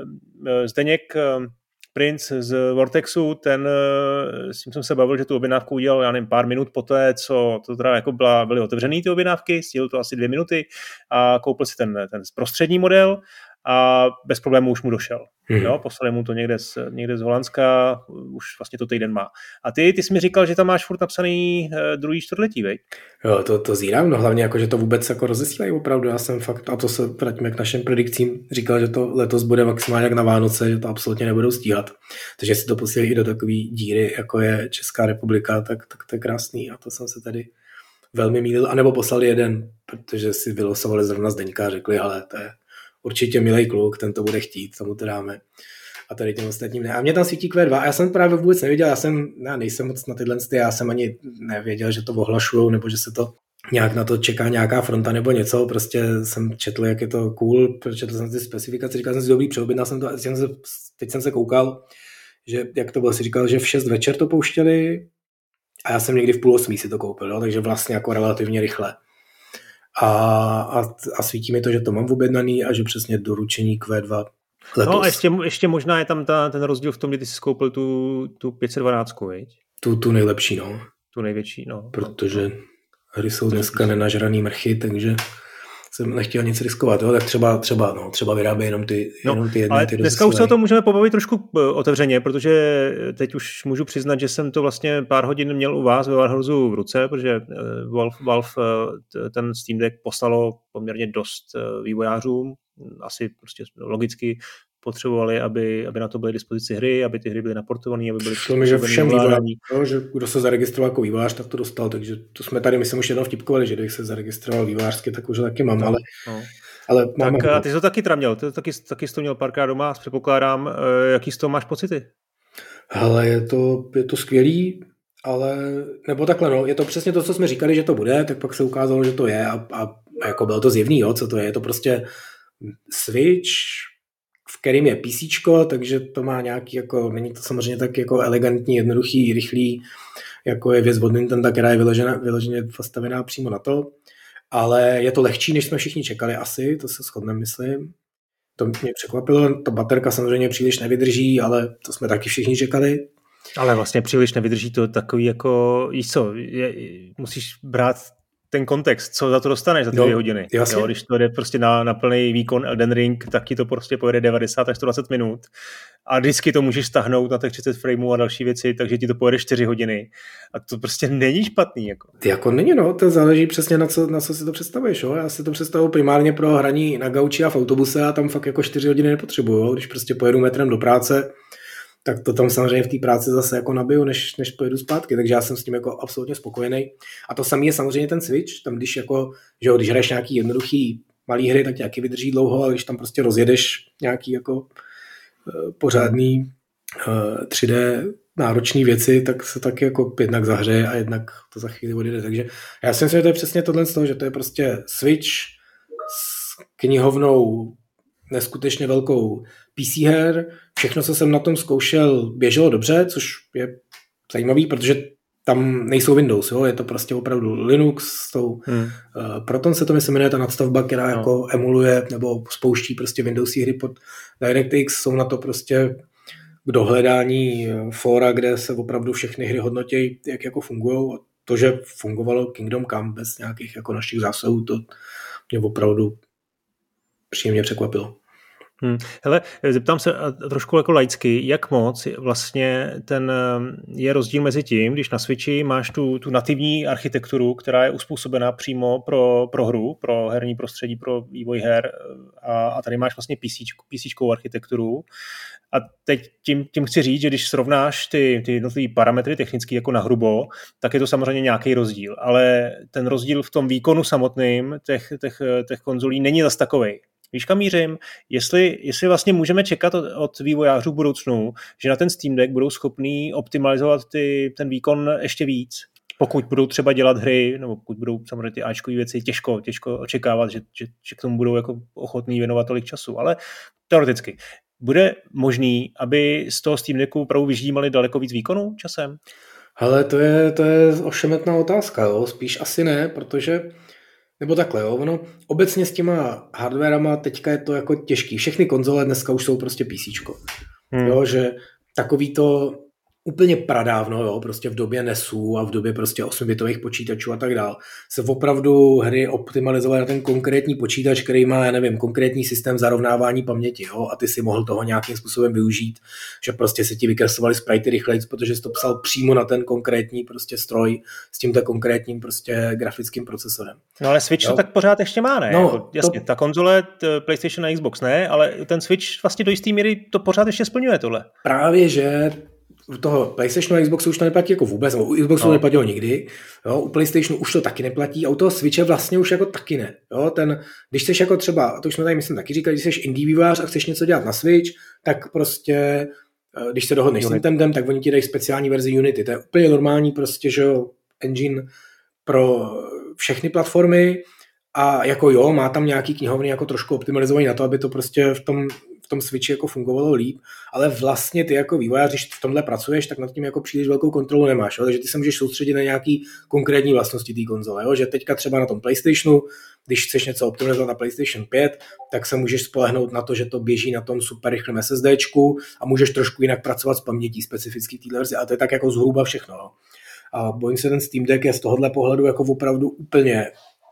Speaker 1: Zdeněk Prince z Vortexu, s tím jsem se bavil, že tu objednávku udělal, já nevím, pár minut poté, co to teda jako byly otevřený ty objednávky, stihl to asi 2 minuty a koupil si ten prostřední model a bez problémů už mu došel. Jo, poslali mu to někde z Holandska, už vlastně to týden má. A ty jsi mi říkal, že tam máš furt napsaný druhý čtvrtletí, veď?
Speaker 2: Jo, to zírám, no hlavně jako, že to vůbec jako rozesílají opravdu. Já jsem fakt, a to se vrátíme k našim predikcím, říkal, že to letos bude maximálně jak na Vánoce, že to absolutně nebudou stíhat. Takže jestli to posílí i do takový díry, jako je Česká republika, tak to je krásný. A to jsem se tady velmi mýlil. A nebo poslali jeden, protože si vylosovali zrovna Zdeňka a řekli, hele, to je určitě milej kluk, ten to bude chtít, tomu to dáme. A tady těm ostatním ne. A mě tam svítí Q2 a já jsem právě vůbec nevěděl, já nejsem moc na tyhle, já jsem ani nevěděl, že to ohlašujou, nebo že se to nějak na to čeká nějaká fronta nebo něco, prostě jsem četl, jak je to cool, četl jsem si specifikace, říkal jsem si dobrý, přeobjednal jsem to a teď jsem se koukal, že jak to bylo, si říkal, že v 6 večer to pouštěli a já jsem někdy v 7:30 si to koupil, jo, takže vlastně jako relativně rychle. A svítí mi to, že to mám objednaný a že přesně doručení Q2 letos.
Speaker 1: No a ještě možná je tam ten rozdíl v tom, kdy ty jsi koupil tu 512, viď?
Speaker 2: Tu nejlepší, no.
Speaker 1: Tu největší, no.
Speaker 2: Protože hry jsou dneska nenažraný mrchy, takže jsem nechtěl nic riskovat, jo? Tak třeba vyrábějí jenom ty jedny.
Speaker 1: Ale dneska už se o tom můžeme pobavit trošku otevřeně, protože teď už můžu přiznat, že jsem to vlastně pár hodin měl u vás ve Warhorse v ruce, protože Valve ten Steam Deck poslalo poměrně dost vývojářům, asi prostě logicky potřebovali, aby na to byly dispozici hry, aby ty hry byly naportované, aby byly...
Speaker 2: Šlo mi, že všem vývojářům, že kdo se zaregistroval jako vývojář, tak to dostal, takže to jsme tady, myslím, už jednou vtipkovali, že když se zaregistroval vývojářsky, tak už ho taky mám, ale máme...
Speaker 1: Tak a ty jsi to taky teda měl, ty taky jsi to měl párkrát doma, předpokládám, jaký z toho máš pocity?
Speaker 2: Hele, je to skvělý, ale, nebo takhle, no, je to přesně to, co jsme říkali, že to bude, tak pak se ukázalo, že to je a jako bylo to zjevný, jo, co to je to prostě Switch, v kterým je PCčko, takže to má nějaký, jako, není to samozřejmě tak jako elegantní, jednoduchý, rychlý, jako je věc od Nintendo, která je vyloženě postavená přímo na to, ale je to lehčí, než jsme všichni čekali asi, to se shodneme, myslím. To mě překvapilo, ta baterka samozřejmě příliš nevydrží, ale to jsme taky všichni čekali.
Speaker 1: Ale vlastně příliš nevydrží to takový jako, víš co, musíš brát ten kontext, co za to dostaneš za ty 2 hodiny. Jo, když to jde prostě na plný výkon Elden Ring, tak ti to prostě pojede 90 až 120 minut. A vždycky to můžeš stáhnout na těch 30 frameů a další věci, takže ti to pojede 4 hodiny. A to prostě není špatný.
Speaker 2: Jako není, no, to záleží přesně na co si to představuješ. Jo? Já si to představuji primárně pro hraní na gauči a v autobuse a tam fakt jako 4 hodiny nepotřebuju. Jo? Když prostě pojedu metrem do práce, tak to tam samozřejmě v té práci zase jako nabiju, než pojedu zpátky, takže já jsem s tím jako absolutně spokojený. A to samé je samozřejmě ten Switch, tam když jako, že jo, když hraješ nějaký jednoduchý malý hry, tak taky vydrží dlouho, ale když tam prostě rozjedeš nějaký jako pořádný 3D náročný věci, tak se taky jako jednak zahřeje a jednak to za chvíli odjede. Takže já si myslím, že to je přesně tohle z toho, že to je prostě Switch s knihovnou neskutečně velkou PC her. Všechno, co jsem na tom zkoušel, běželo dobře, což je zajímavý, protože tam nejsou Windows, jo? Je to prostě opravdu Linux, Proton se to myslím jmenuje ta nadstavba, která jako emuluje nebo spouští prostě Windowsí hry pod DirectX, jsou na to prostě k dohledání fóra, kde se opravdu všechny hry hodnotí, jak jako fungujou. To, že fungovalo Kingdom Come bez nějakých jako našich zásahů, to mě opravdu příjemně překvapilo.
Speaker 1: Hele, zeptám se trošku jako laicky, jak moc vlastně je rozdíl mezi tím, když na Switchi máš tu nativní architekturu, která je uspůsobená přímo pro hru, pro herní prostředí, pro vývoj her a tady máš vlastně PCčkovou architekturu. A teď tím chci říct, že když srovnáš ty jednotlivé parametry technické jako na hrubo, tak je to samozřejmě nějaký rozdíl, ale ten rozdíl v tom výkonu samotným těch konzolí není zas takovej. Víš, kam mířím? Jestli vlastně můžeme čekat od vývojářů v budoucnu, že na ten Steam Deck budou schopní optimalizovat ten výkon ještě víc, pokud budou třeba dělat hry, nebo pokud budou samozřejmě ty áčkové věci, těžko očekávat, že k tomu budou jako ochotní věnovat tolik času, ale teoreticky. Bude možný, aby z toho Steam Decku opravdu vyždímali daleko víc výkonu časem?
Speaker 2: Hele, to je ošemetná otázka, jo? Spíš asi ne, protože nebo takhle, jo, ono obecně s těma hardwarama teďka je to jako těžký. Všechny konzole dneska už jsou prostě PCčko. Jo, že takový to úplně pradávno, jo, prostě v době NESu a v době prostě 8-bitových počítačů a tak dál, se opravdu hry optimalizovaly na ten konkrétní počítač, který má, já nevím, konkrétní systém zarovnávání paměti, jo, a ty si mohl toho nějakým způsobem využít, že prostě se ti vykreslovaly sprite rychlejc, protože jsi to psal přímo na ten konkrétní prostě stroj s tímto konkrétním prostě grafickým procesorem.
Speaker 1: No ale Switch to tak pořád ještě má, ne?
Speaker 2: No,
Speaker 1: jasně, ta konzole, PlayStation a Xbox ne, ale ten Switch vlastně do jisté míry to pořád ještě splňuje tohle.
Speaker 2: Právě, že u toho PlayStationu a Xboxu už to neplatí jako vůbec, nebo u Xboxu to neplatilo nikdy, jo, u PlayStationu už to taky neplatí a u toho Switche vlastně už jako taky ne. Jo, když jsi jako třeba, to už jsme tady myslím taky říkali, když jsi indie vývojář a chceš něco dělat na Switch, tak prostě, když se dohodneš s Nintendem, tak oni ti dají speciální verzi Unity. To je úplně normální prostě, že jo, engine pro všechny platformy a jako jo, má tam nějaký knihovny jako trošku optimalizovaný na to, aby to prostě v tom Switchi jako fungovalo líp, ale vlastně ty jako vývojář, když v tomhle pracuješ, tak nad tím jako příliš velkou kontrolu nemáš, jo? Takže ty se můžeš soustředit na nějaký konkrétní vlastnosti té konzole, jo? Že teďka třeba na tom PlayStationu, když chceš něco optimalizovat na PlayStation 5, tak se můžeš spolehnout na to, že to běží na tom super rychlém SSDčku a můžeš trošku jinak pracovat s pamětí specifický téhle verzi, a to je tak jako zhruba všechno. Jo? A bojím se, ten Steam Deck je z tohohle pohledu jako opravdu úplně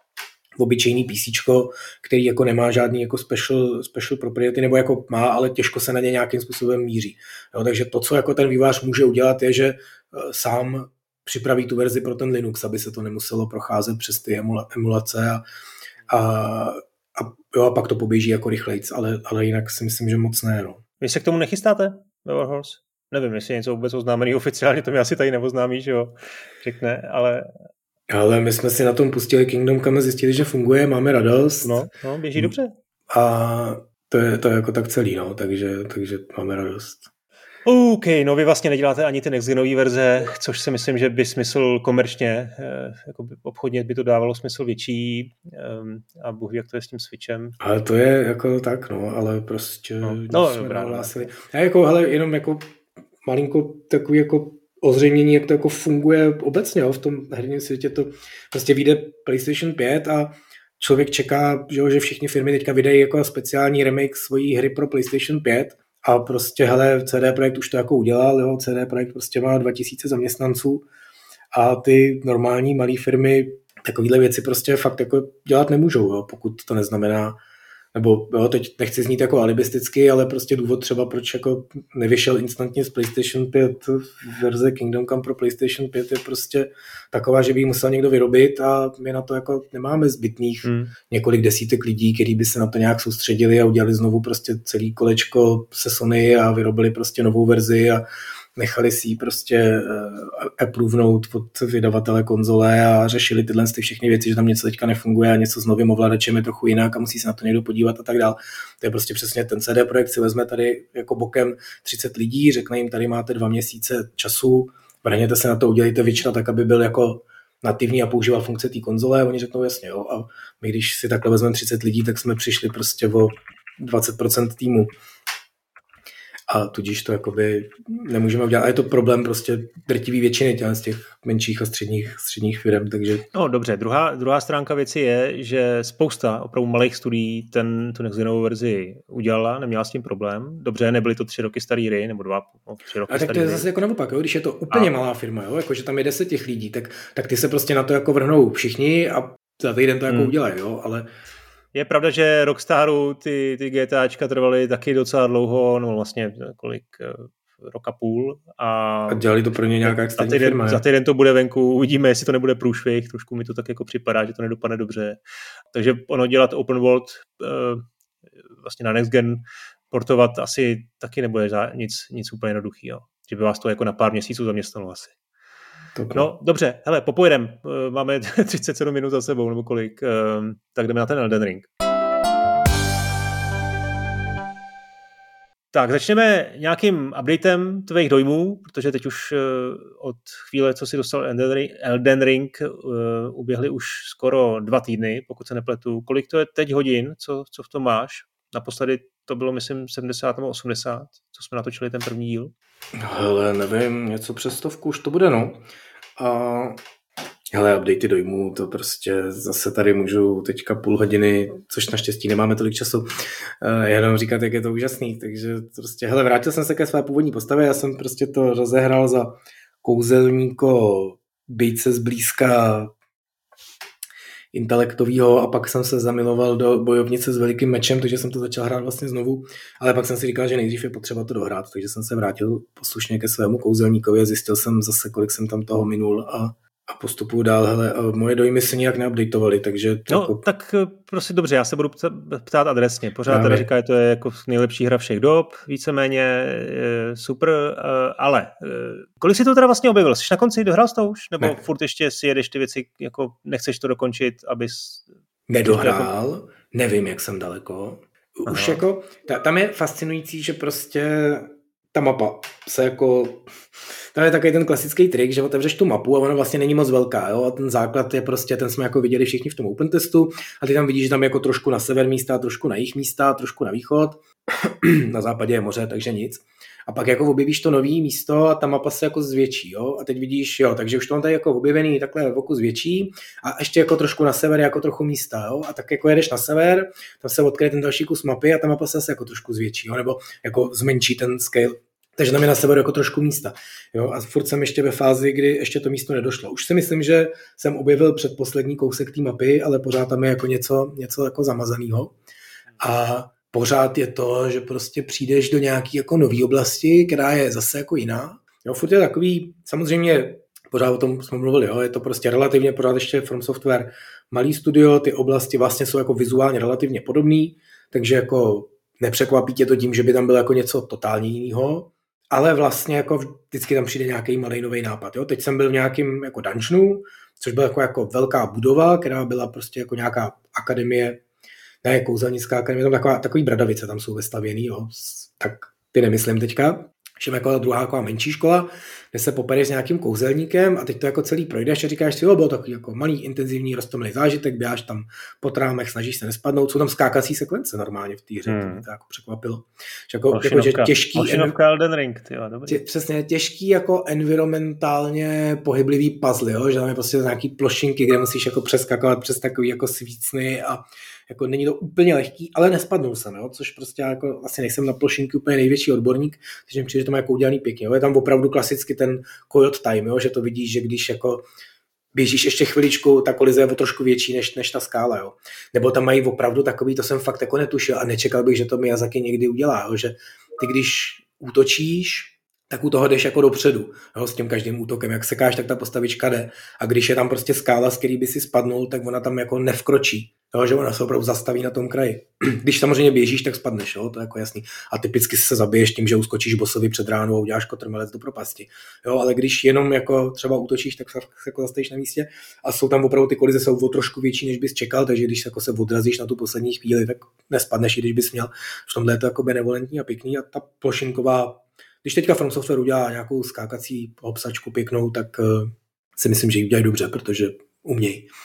Speaker 2: obyčejný PCčko, který jako nemá žádný jako special propriety, nebo jako má, ale těžko se na ně nějakým způsobem míří. Jo, takže to, co jako ten vývojář může udělat, je, že sám připraví tu verzi pro ten Linux, aby se to nemuselo procházet přes ty emulace a pak to poběží jako rychlejc, ale jinak si myslím, že moc ne. No.
Speaker 1: Vy se k tomu nechystáte, Warhorse? Nevím, jestli něco vůbec oznámený oficiálně, to mi asi tady neoznámí, že jo, řekne, ale
Speaker 2: my jsme si na tom pustili Kingdom Come, zjistili, že funguje, máme radost.
Speaker 1: No, běží dobře.
Speaker 2: A to je jako tak celý, no, takže máme radost.
Speaker 1: OK, no vy vlastně neděláte ani ty next-genové verze, což si myslím, že by smysl komerčně, jako obchodně by to dávalo smysl větší a Bůh ví, jak to je s tím Switchem.
Speaker 2: Ale to je jako tak, no, ale prostě
Speaker 1: jsme
Speaker 2: nahlásili. Já jako, hele, jenom jako malinko takový jako ozřejmění, jak to jako funguje obecně, jo, v tom herním světě to prostě vyjde PlayStation 5 a člověk čeká, že všichni firmy teďka vydají jako speciální remake svojí hry pro PlayStation 5 a prostě, hele, CD Projekt už to jako udělal, jo, CD Projekt prostě má 2000 zaměstnanců a ty normální malé firmy takovýhle věci prostě fakt jako dělat nemůžou, jo, pokud to neznamená, nebo jo, teď nechci znít jako alibisticky, ale prostě důvod třeba, proč jako nevyšel instantně z PlayStation 5 verze Kingdom Come pro PlayStation 5 je prostě taková, že by ji musel někdo vyrobit a my na to jako nemáme zbytných několik desítek lidí, kteří by se na to nějak soustředili a udělali znovu prostě celý kolečko se Sony a vyrobili prostě novou verzi a nechali si ji prostě approvenout od vydavatele konzole a řešili tyhle všechny věci, že tam něco teďka nefunguje a něco s novým ovladačem je trochu jinak a musí se na to někdo podívat a tak dál. To je prostě přesně ten CD Projekt si vezme tady jako bokem 30 lidí, řekne jim, tady máte 2 měsíce času, vrhněte se na to, udělejte Witchera tak, aby byl jako nativní a používal funkce té konzole a oni řeknou jasně, jo. A my když si takhle vezmeme 30 lidí, tak jsme přišli prostě o 20% týmu. a tudíž to jakoby nemůžeme udělat. A je to problém prostě drtivý většiny z těch menších a středních firm, takže...
Speaker 1: No dobře, druhá stránka věci je, že spousta opravdu malých studií tu nextgenovou verzi udělala, neměla s tím problém. Dobře, nebyly to 3 roky starý hry, nebo 3 roky
Speaker 2: starý. A tak to je zase jako naopak, jo? Když je to úplně malá firma, jo? Jako, že tam je 10 těch lidí, tak ty se prostě na to jako vrhnou všichni a za týden to jako udělají, jo, ale...
Speaker 1: Je pravda, že Rockstaru ty GTAčka trvaly taky docela dlouho, no vlastně rok a půl. A
Speaker 2: dělali to pro ně nějaká externí firma.
Speaker 1: Za týden to bude venku, uvidíme, jestli to nebude průšvih, trošku mi to tak jako připadá, že to nedopadne dobře. Takže ono dělat open world vlastně na next gen portovat asi taky nebude nic úplně jednoduchýho. Že by vás to jako na pár měsíců zaměstnalo asi. No, dobře, hele, popojedem. Máme 37 minut za sebou, nebo kolik. Tak jdeme na ten Elden Ring. Tak, začneme nějakým updatem tvých dojmů, protože teď už od chvíle, co si dostal Elden Ring, uběhly už skoro 2 týdny, pokud se nepletu. Kolik to je teď hodin, co v tom máš? Naposledy to bylo, myslím, 70 nebo 80, co jsme natočili ten první díl.
Speaker 2: Hele, nevím, něco přes 100 už to bude, no. A hele, updatey dojmů, to prostě zase tady můžu teďka půl hodiny, což naštěstí nemáme tolik času, jenom říkat, jak je to úžasný, takže prostě, hele, vrátil jsem se ke své původní postavě, já jsem prostě to rozehrál za kouzelníko, bejt se zblízka intelektovýho a pak jsem se zamiloval do bojovnice s velikým mečem, takže jsem to začal hrát vlastně znovu, ale pak jsem si říkal, že nejdřív je potřeba to dohrát, takže jsem se vrátil poslušně ke svému kouzelníkovi a zjistil jsem zase, kolik jsem tam toho minul a postupuju dál. Hele, moje dojmy se nějak neupdateovaly, takže...
Speaker 1: No, jako... tak prostě dobře, já se budu ptát adresně. Pořád tady říká, že to je jako nejlepší hra všech dob, víceméně super, ale kolik si to teda vlastně objevil? Jsi na konci, dohrál jsi to už? Nebo ne. Furt ještě si jedeš ty věci, jako nechceš to dokončit, abys...
Speaker 2: Nedohrál, jako... nevím, jak jsem daleko. Už jako, tam je fascinující, že prostě ta mapa se jako... Tam je takový ten klasický trik, že otevřeš tu mapu a ona vlastně není moc velká, jo? A ten základ je prostě, ten jsme jako viděli všichni v tom open testu a ty tam vidíš, že tam je jako trošku na sever místa, trošku na jih místa, trošku na východ, na západě je moře, takže nic. A pak jako objevíš to nový místo a ta mapa se jako zvětší, jo? A teď vidíš, jo, takže už to mám tady jako objevený takhle v oku zvětší a ještě jako trošku na sever jako trochu místa, jo? A tak jako jedeš na sever, tam se odkryje ten další kus mapy a ta mapa se jako trošku zvětší, jo? Nebo jako zmenší ten scale. Takže tam je na severu jako trošku místa. Jo? A furt jsem ještě ve fázi, kdy ještě to místo nedošlo. Už si myslím, že jsem objevil předposlední kousek té mapy, ale pořád tam je jako něco jako zamazaného. A pořád je to, že prostě přijdeš do nějaké jako nové oblasti, která je zase jako jiná. Jo? Furt je takový, samozřejmě pořád o tom jsme mluvili, jo? Je to prostě relativně pořád ještě From Software malý studio, ty oblasti vlastně jsou jako vizuálně relativně podobný, takže jako nepřekvapí tě to tím, že by tam bylo jako něco totálně jiného. Ale vlastně jako vždycky tam přijde nějaký malý nový nápad. Jo? Teď jsem byl v nějakým jako dungeonu, což byla jako velká budova, která byla prostě jako nějaká akademie, ne kouzelnická akademie, tam takový bradavice tam jsou vestavěný, jo? Tak ty nemyslím teďka. Všem jako druhá jako menší škola, kde se popereš s nějakým kouzelníkem a teď to jako celý projdeš a říkáš si, jo, byl takový jako malý, intenzivní, roztomilý zážitek, běháš tam po trámech, snažíš se nespadnout, jsou tam skákací sekvence normálně v té hře, to mě to jako překvapilo. Že těžký...
Speaker 1: Elden Ring, tyjo, dobrý.
Speaker 2: Přesně, těžký jako environmentálně pohyblivý puzzle, jo, že tam je prostě nějaký plošinky, kde musíš jako přeskakovat přes takový jako svícny a jako není to úplně lehký, ale nespadnul jsem, jo, což prostě jako asi nejsem na plošinky úplně největší odborník, takže mi přijde, že to má jako udělaný pěkně, jo. Je tam opravdu klasicky ten coyote time, jo, že to vidíš, že když jako běžíš ještě chviličku, ta kolize je o trošku větší než ta skála, jo. Nebo tam mají opravdu takový, to jsem fakt jako netušil a nečekal bych, že to Miyazaki někdy udělá, jo, že ty když útočíš, tak u toho jdeš jako dopředu, jo, s tím každým útokem, jak sekáš, tak ta postavička jde a když je tam prostě skála, z který by si spadnul, tak ona tam jako nevkročí, jo, že ona se opravdu zastaví na tom kraji. Když samozřejmě běžíš, tak spadneš, jo, to je jako jasný. A typicky se zabiješ tím, že uskočíš bossovi před ránu a uděláš kotrmelec do propasti. Jo, ale když jenom jako třeba útočíš, tak se jako zastavíš na místě a jsou tam opravdu ty kolize jsou o trošku větší, než bys čekal, takže když jako se odrazíš na tu poslední chvíli, tak nespadneš, i když bys měl. V tomhle je to jako benevolentní a pěkný a ta plošinková. Když teďka From Software udělá nějakou skákací obsačku pěknou, tak si myslím, že ji udělají dobře, protože umějí.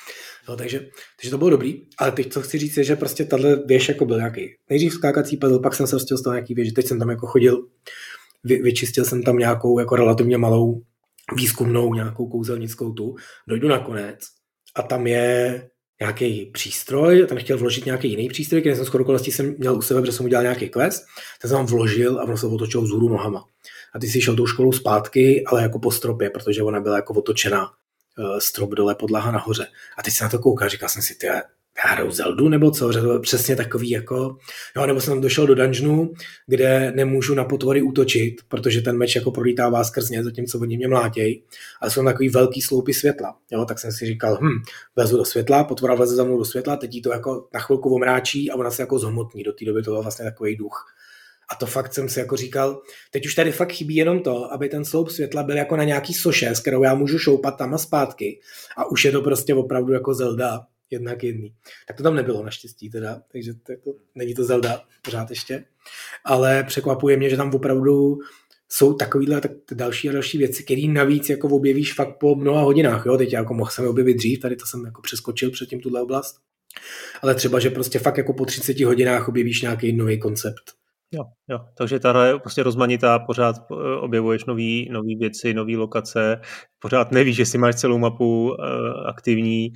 Speaker 2: No, takže to bylo dobrý, ale teď co chci říct je, že prostě tahle věž jako byl nějaký nejdřív skákací puzzle, pak jsem se dostal z toho nějaký věž, teď jsem tam jako chodil, vyčistil jsem tam nějakou jako relativně malou výzkumnou nějakou kouzelnickou tu, dojdu na konec a tam je nějaký přístroj, tam chtěl vložit nějaký jiný přístroj, který jsem shodou okolností jsem měl u sebe, protože jsem udělal nějaký quest, ten jsem tam vložil a ono se otočil vzhůru nohama. A ty jsi šel tou školou zpátky, ale jako po stropě, protože ona byla jako otočená, strop dole, podlaha nahoře. A teď se na to kouká, říkal jsem si, já hraju Zeldu, nebo co? Že to bylo přesně takový jako, jo, nebo jsem tam došel do dungeonu, kde nemůžu na potvory útočit, protože ten meč jako prolítává skrz ně, zatímco oni mě mlátěj. Ale jsou tam takový velký sloupy světla. Jo, tak jsem si říkal, vlezu do světla, potvora vleze za mnou do světla, teď jí to jako na chvilku omráčí a ona se jako zhmotní. Do té doby to byl vlastně takový duch. A to fakt jsem si jako říkal, teď už tady fakt chybí jenom to, aby ten sloup světla byl jako na nějaký soše, s kterou já můžu šoupat tam a zpátky. A už je to prostě opravdu jako Zelda jednak jedný. Tak to tam nebylo naštěstí teda, takže to, není to Zelda pořád ještě. Ale překvapuje mě, že tam opravdu jsou takovýhle tak další a další věci, které navíc jako objevíš fakt po mnoha hodinách. Jo? Teď jako mohl jsem je objevit dřív, tady to jsem jako přeskočil předtím tuhle oblast. Ale třeba, že prostě fakt jako po 30 hodinách objevíš nějaký nový koncept.
Speaker 1: Jo, takže ta hra je prostě rozmanitá, pořád objevuješ nový věci, nový lokace, pořád nevíš, jestli máš celou mapu aktivní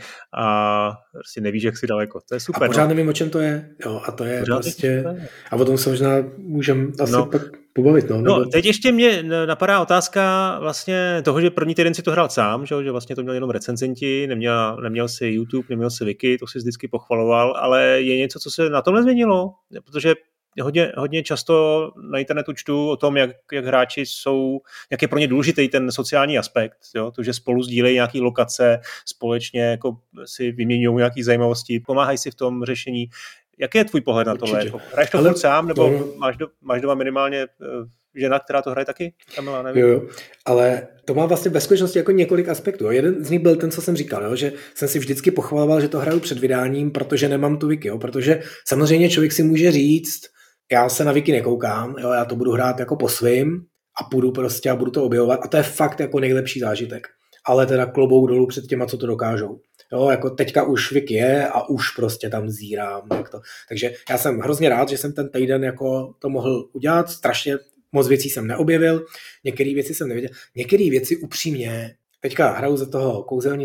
Speaker 1: a prostě nevíš, jak si daleko. To je super.
Speaker 2: A pořád nevím, o čem to je. Jo, a to je pořád prostě... A o tom se možná můžeme asi pak pobavit. No,
Speaker 1: teď ještě mě napadá otázka vlastně toho, že první týden si to hrál sám, že vlastně to měl jenom recenzenti, neměl si YouTube, neměl si Wiki, to si vždycky pochvaloval, ale je něco, co se na tomhle změnilo? Protože hodně často na internetu čtu o tom, jak hráči jsou, jak je pro ně důležitý ten sociální aspekt, jo? To, že spolu sdílejí nějaké lokace, společně jako si vyměňují nějaké zajímavosti, pomáhají si v tom řešení. Jaký je tvůj pohled na tohle? Hraješ to furt sám, nebo máš doma minimálně žena, která to hraje taky? Kamila, nevím.
Speaker 2: Jo, ale to má vlastně ve skutečnosti jako několik aspektů. Jeden z nich byl ten, co jsem říkal, jo? Že jsem si vždycky pochvaloval, že to hraju před vydáním, protože nemám tu wiki, jo? Protože samozřejmě člověk si může říct, já se na wiki nekoukám, jo, já to budu hrát jako po svým a půjdu prostě a budu to objevovat a to je fakt jako nejlepší zážitek. Ale teda klobouk dolů před těma, co to dokážou. Jo, jako teďka už wiki je a už prostě tam zírám. Takže já jsem hrozně rád, že jsem ten týden jako to mohl udělat, strašně moc věcí jsem neobjevil, některé věci jsem nevěděl, některé věci upřímně, teďka hraju za toho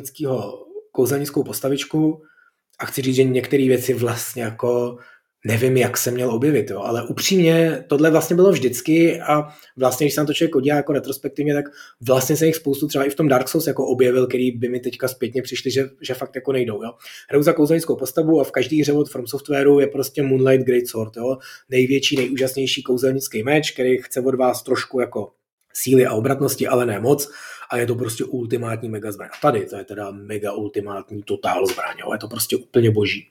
Speaker 2: kouzelnickou postavičku a chci říct, že některé věci vlastně jako nevím, jak se měl objevit, jo, ale upřímně tohle vlastně bylo vždycky a vlastně, když se na to člověk podívá jako retrospektivně, tak vlastně se jich spoustu třeba i v tom Dark Souls jako objevil, který by mi teďka zpětně přišli, že fakt jako nejdou, jo. Hraju za kouzelnickou postavu a v každý hře od From Softwareu je prostě Moonlight Greatsword, jo, největší, nejúžasnější kouzelnický meč, který chce od vás trošku jako síly a obratnosti, ale ne moc a je to prostě ultimátní mega zbraň. A tady to je teda mega ultimátní totál zbraň, jo, je to prostě úplně boží.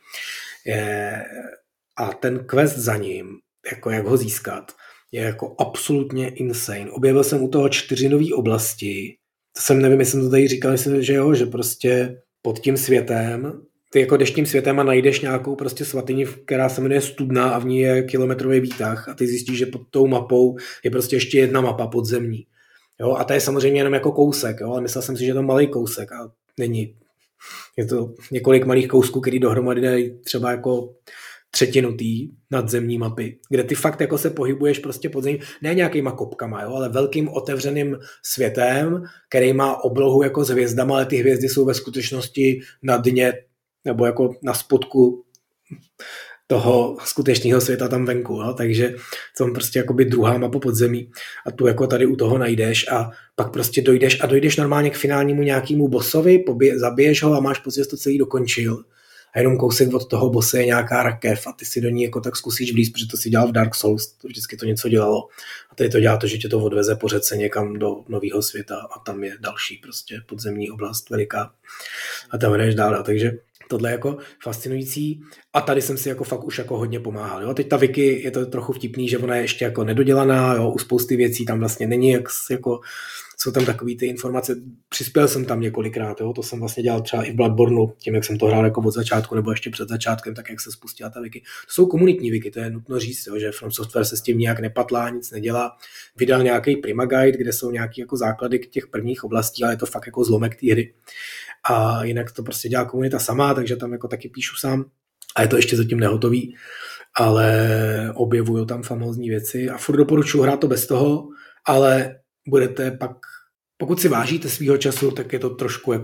Speaker 2: A ten quest za ním, jako jak ho získat, je jako absolutně insane. Objevil jsem u toho 4 nové oblasti. To jsem nevím, jestli jsem to tady říkal, že jo, že prostě pod tím světem, ty jako jdeš tím světem a najdeš nějakou prostě svatyni, která se jmenuje Studna a v ní je kilometrový výtah a ty zjistíš, že pod tou mapou je prostě ještě jedna mapa podzemní. Jo, a to je samozřejmě jenom jako kousek, jo, ale myslel jsem si, že je to malý kousek a není. Je to několik malých kousků, který dohromady dají třeba jako třetinu té nadzemní mapy, kde ty fakt jako se pohybuješ prostě pod zemí, ne nějakýma kopkama, jo, ale velkým otevřeným světem, který má oblohu jako s hvězdama, ale ty hvězdy jsou ve skutečnosti na dně nebo jako na spodku toho skutečného světa tam venku, jo? Takže tam prostě jakoby druhá mapa podzemí a tu jako tady u toho najdeš a pak prostě dojdeš normálně k finálnímu nějakému bossovi, zabiješ ho a máš pocit, že to celý dokončil. A jenom kousek od toho bosse je nějaká rakev a ty si do ní jako tak zkusíš vlízt, protože to si dělal v Dark Souls, to vždycky to něco dělalo. A tady to dělá to, že tě to odveze po řece někam do nového světa a tam je další prostě podzemní oblast veliká a tam jdeš dál. Takže tohle je jako fascinující a tady jsem si jako fakt už jako hodně pomáhal. Jo? Teď ta wiki je to trochu vtipný, že ona je ještě jako nedodělaná, jo? U spousty věcí tam vlastně není jak jako jsou tam takový ty informace, přispěl jsem tam několikrát, jo? To jsem vlastně dělal třeba i v Bloodborneu, tím, jak jsem to hrál jako od začátku, nebo ještě před začátkem, tak jak se spustila ta wiki. To jsou komunitní wiki, to je nutno říct, jo? Že From Software se s tím nějak nepatlá, nic nedělá. Vydal nějaký Prima Guide, kde jsou nějaký jako základy k těch prvních oblastí, ale je to fakt jako zlomek té hry. A jinak to prostě dělá komunita sama, takže tam jako taky píšu sám. A je to ještě zatím nehotový, ale objevuju tam famózní věci a furt doporučuji hrát to bez toho, ale budete pak, pokud si vážíte svýho času, tak je to trošku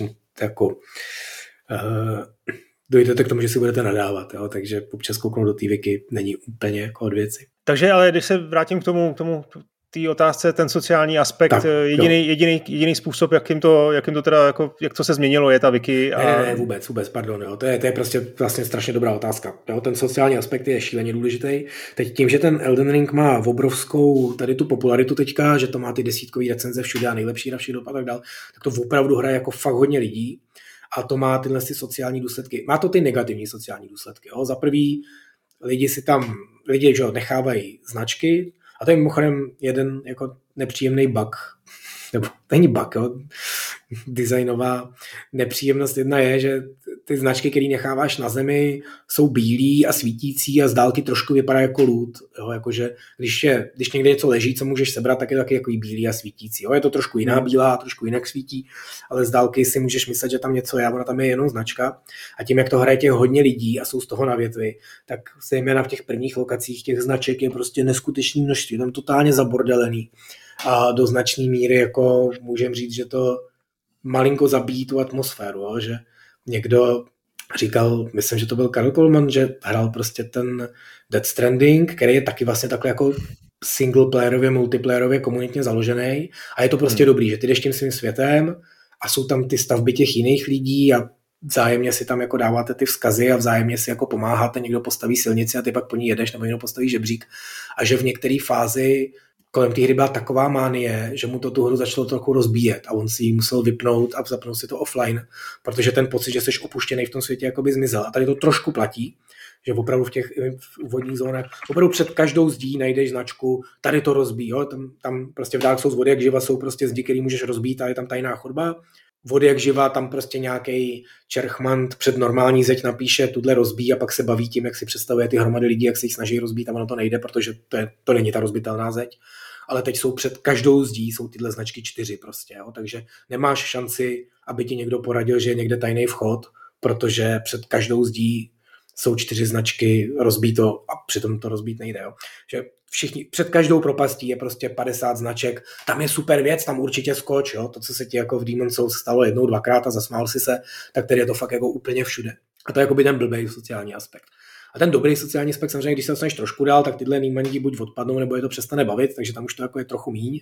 Speaker 2: dojdete k tomu, že si budete nadávat, jo? Takže občas kouknout do té wiki není úplně jako od věci.
Speaker 1: Takže ale když se vrátím k tomu té otázce, ten sociální aspekt, tak, jediný způsob, jak to teda, jako, jak to se změnilo, je ta wiki. A...
Speaker 2: Ne, vůbec, pardon, jo. To je prostě vlastně strašně dobrá otázka. Jo. Ten sociální aspekt je šíleně důležitý. Teď tím, že ten Elden Ring má obrovskou tady tu popularitu teďka, že to má ty desítkový recenze všude a nejlepší na všech a tak dál, tak to opravdu hraje jako fakt hodně lidí a to má tyhle sociální důsledky. Má to ty negativní sociální důsledky. Jo. Za prvý, lidi že jo, nechávají značky. A to je mimochodem jeden jako nepříjemný bug, nebo to není bug, jo? Designová nepříjemnost jedna je, že ty značky, které necháváš na zemi, jsou bílý a svítící a z dálky trošku vypadá jako loot, jo? Jakože když někde něco leží, co můžeš sebrat, tak je to taky jako bílý a svítící. Jo? Je to trošku jiná bílá, trošku jinak svítí, ale z dálky si můžeš myslet, že tam něco je, ona tam je jenom značka. A tím, jak to hraje těch hodně lidí a jsou z toho na větvi, tak zejména v těch prvních lokacích těch značek je prostě neskutečný množství, tam totálně zabordelený. A do značné míry jako můžem říct, že to malinko zabíjí tu atmosféru, jo? Že někdo říkal, myslím, že to byl Karel Coleman, že hrál prostě ten Death Stranding, který je taky vlastně takhle jako singleplayerově, multiplayerově komunitně založený a je to prostě dobrý, že ty jdeš tím svým světem a jsou tam ty stavby těch jiných lidí a vzájemně si tam jako dáváte ty vzkazy a vzájemně si jako pomáháte, někdo postaví silnici a ty pak po ní jedeš nebo někdo postaví žebřík a že v některé fázi kolem té hry byla taková mánie, že mu to tu hru začalo trochu rozbíjet a on si ji musel vypnout a zapnout si to offline, protože ten pocit, že jsi opuštěný v tom světě, jakoby zmizel. A tady to trošku platí, že opravdu v těch úvodních zónách, opravdu před každou zdí najdeš značku, tady to rozbíjí, jo? Tam prostě v Dark Souls vody jak živa jsou prostě zdi, který můžeš rozbít a je tam tajná chodba. Vody jak živa, tam prostě nějaký čerchmant před normální zeď napíše, tudle rozbíjí a pak se baví tím, jak si představuje ty hromady lidí, jak se jich snaží rozbít a ono to nejde, protože to není ta rozbitelná zeď. Ale teď jsou před každou zdí, jsou tyhle značky 4 prostě, jo? Takže nemáš šanci, aby ti někdo poradil, že je někde tajný vchod, protože před každou zdí jsou 4 značky, rozbít to a přitom to rozbít nejde. Jo? Že všichni, před každou propastí je prostě 50 značek, tam je super věc, tam určitě skoč, jo? To, co se ti jako v Demon's Souls stalo jednou, dvakrát a zasmál si se, tak tady je to fakt jako úplně všude. A to je jako by ten blbej sociální aspekt. A ten dobrý sociální aspekt, samozřejmě, když se dostaneš trošku dál, tak tyhle nímaní buď odpadnou, nebo je to přestane bavit, takže tam už to jako je trochu míň.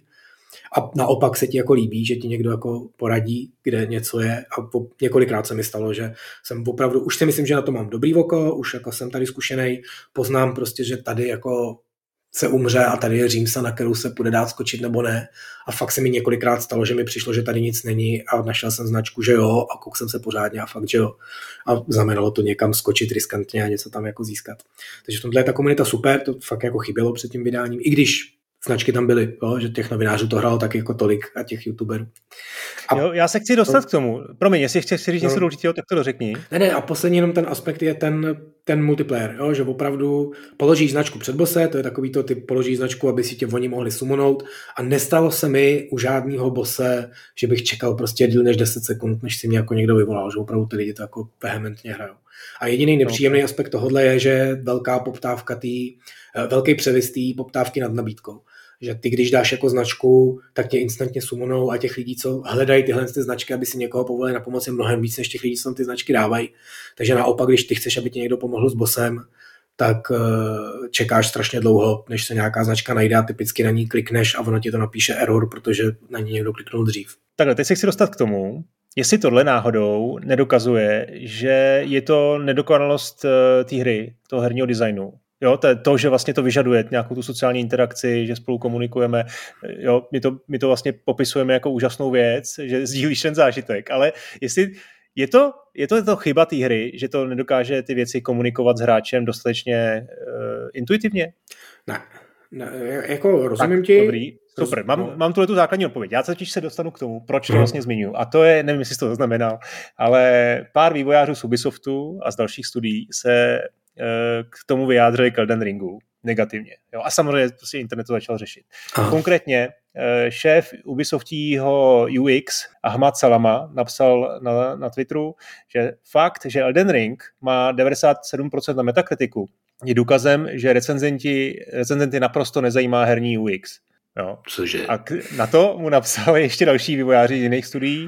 Speaker 2: A naopak se ti jako líbí, že ti někdo jako poradí, kde něco je. A několikrát se mi stalo, že jsem opravdu, už si myslím, že na to mám dobrý oko, už jako jsem tady zkušenej, poznám prostě, že tady jako se umře a tady je římsa, na kterou se půjde dát skočit nebo ne. A fakt se mi několikrát stalo, že mi přišlo, že tady nic není a našel jsem značku, že jo, a koukal jsem se pořádně a fakt, že jo. A znamenalo to někam skočit riskantně a něco tam jako získat. Takže v tomhle je ta komunita super, to fakt jako chybělo před tím vydáním, i když značky tam byly, jo, že těch novinářů to hralo taky jako tolik a těch youtuberů.
Speaker 1: Jo, já se chci dostat k tomu. Promiň, jestli chceš říct něco důležitého, tak to dořekni.
Speaker 2: Ne, a poslední jenom ten aspekt je ten multiplayer, jo, že opravdu položíš značku před bose, to je takový to, ty položíš značku, aby si tě oni mohli summonout a nestalo se mi u žádného bose, že bych čekal prostě díl než 10 sekund, než si mě jako někdo vyvolal, že opravdu ty lidi to jako vehementně hrajou. A jediný nepříjemný aspekt tohohle je, že velká poptávka velký převis té poptávky nad nabídkou. Že ty, když dáš jako značku, tak tě instantně summonou a těch lidí, co hledají tyhle ty značky, aby si někoho povolili na pomoc, je mnohem víc, než těch lidí, co tam ty značky dávají. Takže naopak, když ty chceš, aby ti někdo pomohl s bosem, tak čekáš strašně dlouho, než se nějaká značka najde a typicky na ní klikneš a ono ti to napíše error, protože na ní někdo kliknul dřív.
Speaker 1: Takhle, teď se chci dostat k tomu, jestli tohle náhodou nedokazuje, že je to nedokonalost té hry, toho herního designu. Jo, to, že vlastně to vyžaduje nějakou tu sociální interakci, že spolu komunikujeme, jo, my to vlastně popisujeme jako úžasnou věc, že sdílíš ten zážitek, ale jestli je to chyba té hry, že to nedokáže ty věci komunikovat s hráčem dostatečně intuitivně?
Speaker 2: Ne, jako rozumím ti.
Speaker 1: Dobrý. Super, mám tuhle tu základní odpověď. Já totiž se dostanu k tomu, proč to vlastně zmiňuji. A to je, nevím, jestli jsi to zaznamenal, ale pár vývojářů z Ubisoftu a z dalších studií se k tomu vyjádřili k Elden Ringu negativně. Jo? A samozřejmě prostě internet to začal řešit. Konkrétně šéf Ubisoftího UX Ahmad Salama napsal na Twitteru, že fakt, že Elden Ring má 97% na Metacriticu, je důkazem, že recenzenty naprosto nezajímá herní UX. Jo.
Speaker 2: Cože?
Speaker 1: A na to mu napsali ještě další vývojáři z jiných studií,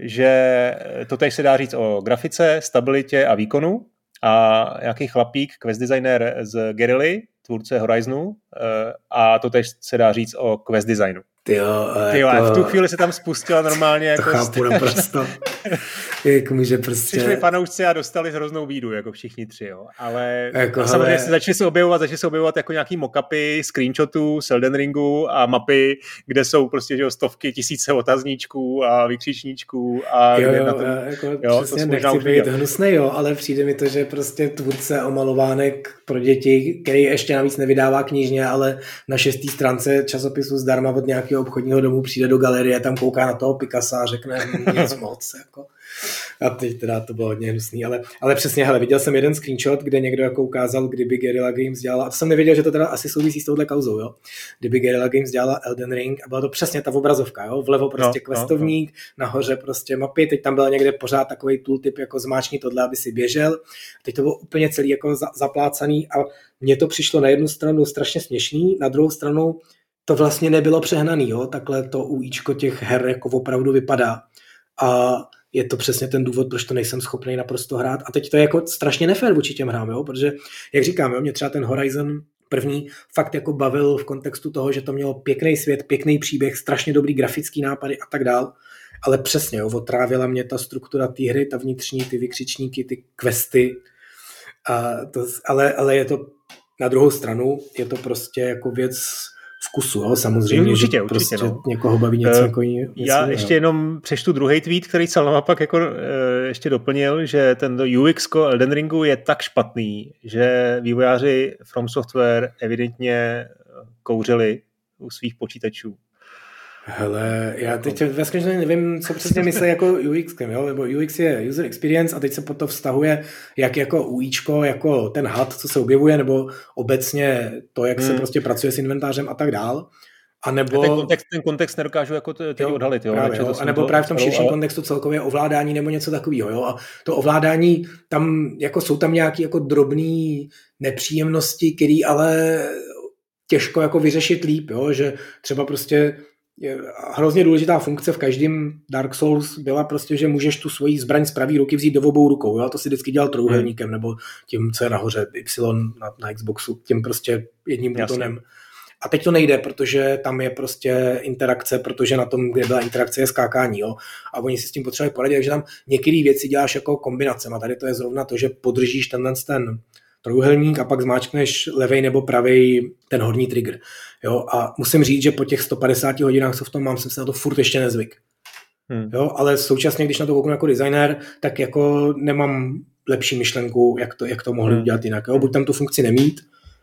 Speaker 1: že to teď se dá říct o grafice, stabilitě a výkonu. A nějaký chlapík, quest designer z Guerrilla, tvůrce Horizonu, a to teď se dá říct o quest designu.
Speaker 2: Tyjo,
Speaker 1: v tu chvíli se tam spustila normálně jako...
Speaker 2: To chápu naprosto. Jako může prostě...
Speaker 1: Přišli fanoušci a dostali hroznou bídu, jako všichni tři, jo. Ale jako, samozřejmě začali se objevovat jako nějaký mock-upy, screenshotů z Elden Ringu a mapy, kde jsou prostě že, stovky, tisíce otazníčků a vykřičníčků a
Speaker 2: jo,
Speaker 1: na tom...
Speaker 2: Jako přesně nechci být hnusnej, jo, ale přijde mi to, že prostě tvůrce omalovánek pro děti, který ještě navíc nevydává knižně, ale na 6. stránce časopisu zdarma od nějakého obchodního domu přijde do galerie, tam kouká na toho Picassa a řekne nic moc. Jako. A teď teda to bylo hodně hnusný. Ale přesně, hele, viděl jsem jeden screenshot, kde někdo jako ukázal, kdyby Guerrilla Games dělala, a to jsem nevěděl, že to teda asi souvisí s touhle kauzou, jo. Kdyby Guerrilla Games dělala Elden Ring a byla to přesně ta obrazovka, jo. Vlevo prostě questovník, nahoře prostě mapy, teď tam byl někde pořád takový tooltip jako zmáčkni tohle, aby si běžel. Teď to bylo úplně celý jako zaplácaný a mně to přišlo na jednu stranu strašně směšný, na druhou stranu to vlastně nebylo přehnaný, jo. Takhle to UIčko těch her jako opravdu vypadá. A je to přesně ten důvod, proč to nejsem schopný naprosto hrát. A teď to je jako strašně nefér vůči těm hrám, jo? Protože, jak říkám, jo, mě třeba ten Horizon první fakt jako bavil v kontextu toho, že to mělo pěkný svět, pěkný příběh, strašně dobrý grafický nápady a tak dál. Ale přesně, jo, otrávila mě ta struktura té hry, ta vnitřní, ty vykřičníky, ty questy. Ale je to na druhou stranu, je to prostě jako věc vkusu, jo, samozřejmě,
Speaker 1: určitě,
Speaker 2: že prostě někoho baví něco jako jiného.
Speaker 1: Já ještě jenom přečtu druhý tweet, který Salama pak jako ještě doplnil, že ten UX Elden Ringu je tak špatný, že vývojáři From Software evidentně kouřili u svých počítačů.
Speaker 2: Hele, já teď ve skutečnosti nevím, co přesně myslí jako UX, jo? Nebo UX je user experience a teď se pod to vztahuje jak jako UIčko, jako ten HUD, co se objevuje, nebo obecně to, jak se prostě pracuje s inventářem a tak dál. A nebo...
Speaker 1: Ten kontext nedokážu jako teď odhalit. Jo?
Speaker 2: Právě, jo? A nebo právě v tom širším kontextu celkově ovládání nebo něco takového. Jo? A to ovládání, tam jako jsou tam nějaké jako drobné nepříjemnosti, které ale těžko jako vyřešit líp. Jo? Že třeba prostě je hrozně důležitá funkce v každém Dark Souls byla prostě, že můžeš tu svoji zbraň z pravý ruky vzít do obou rukou. Jo? To si vždycky dělal trojúhelníkem nebo tím, co je nahoře, Y na Xboxu, tím prostě jedním butonem. A teď to nejde, protože tam je prostě interakce, protože na tom, kde byla interakce, je skákání. Jo? A oni si s tím potřebují poradit, takže tam některé věci děláš jako kombinacema. Tady to je zrovna to, že podržíš ten trojúhelník a pak zmáčkneš levej nebo pravej ten horní trigger. Jo? A musím říct, že po těch 150 hodinách, co v tom mám, jsem se na to furt ještě nezvyk. Jo? Ale současně, když na to kouknu jako designer, tak jako nemám lepší myšlenku, jak to mohli udělat jinak. Jo? Buď tam tu funkci nemít,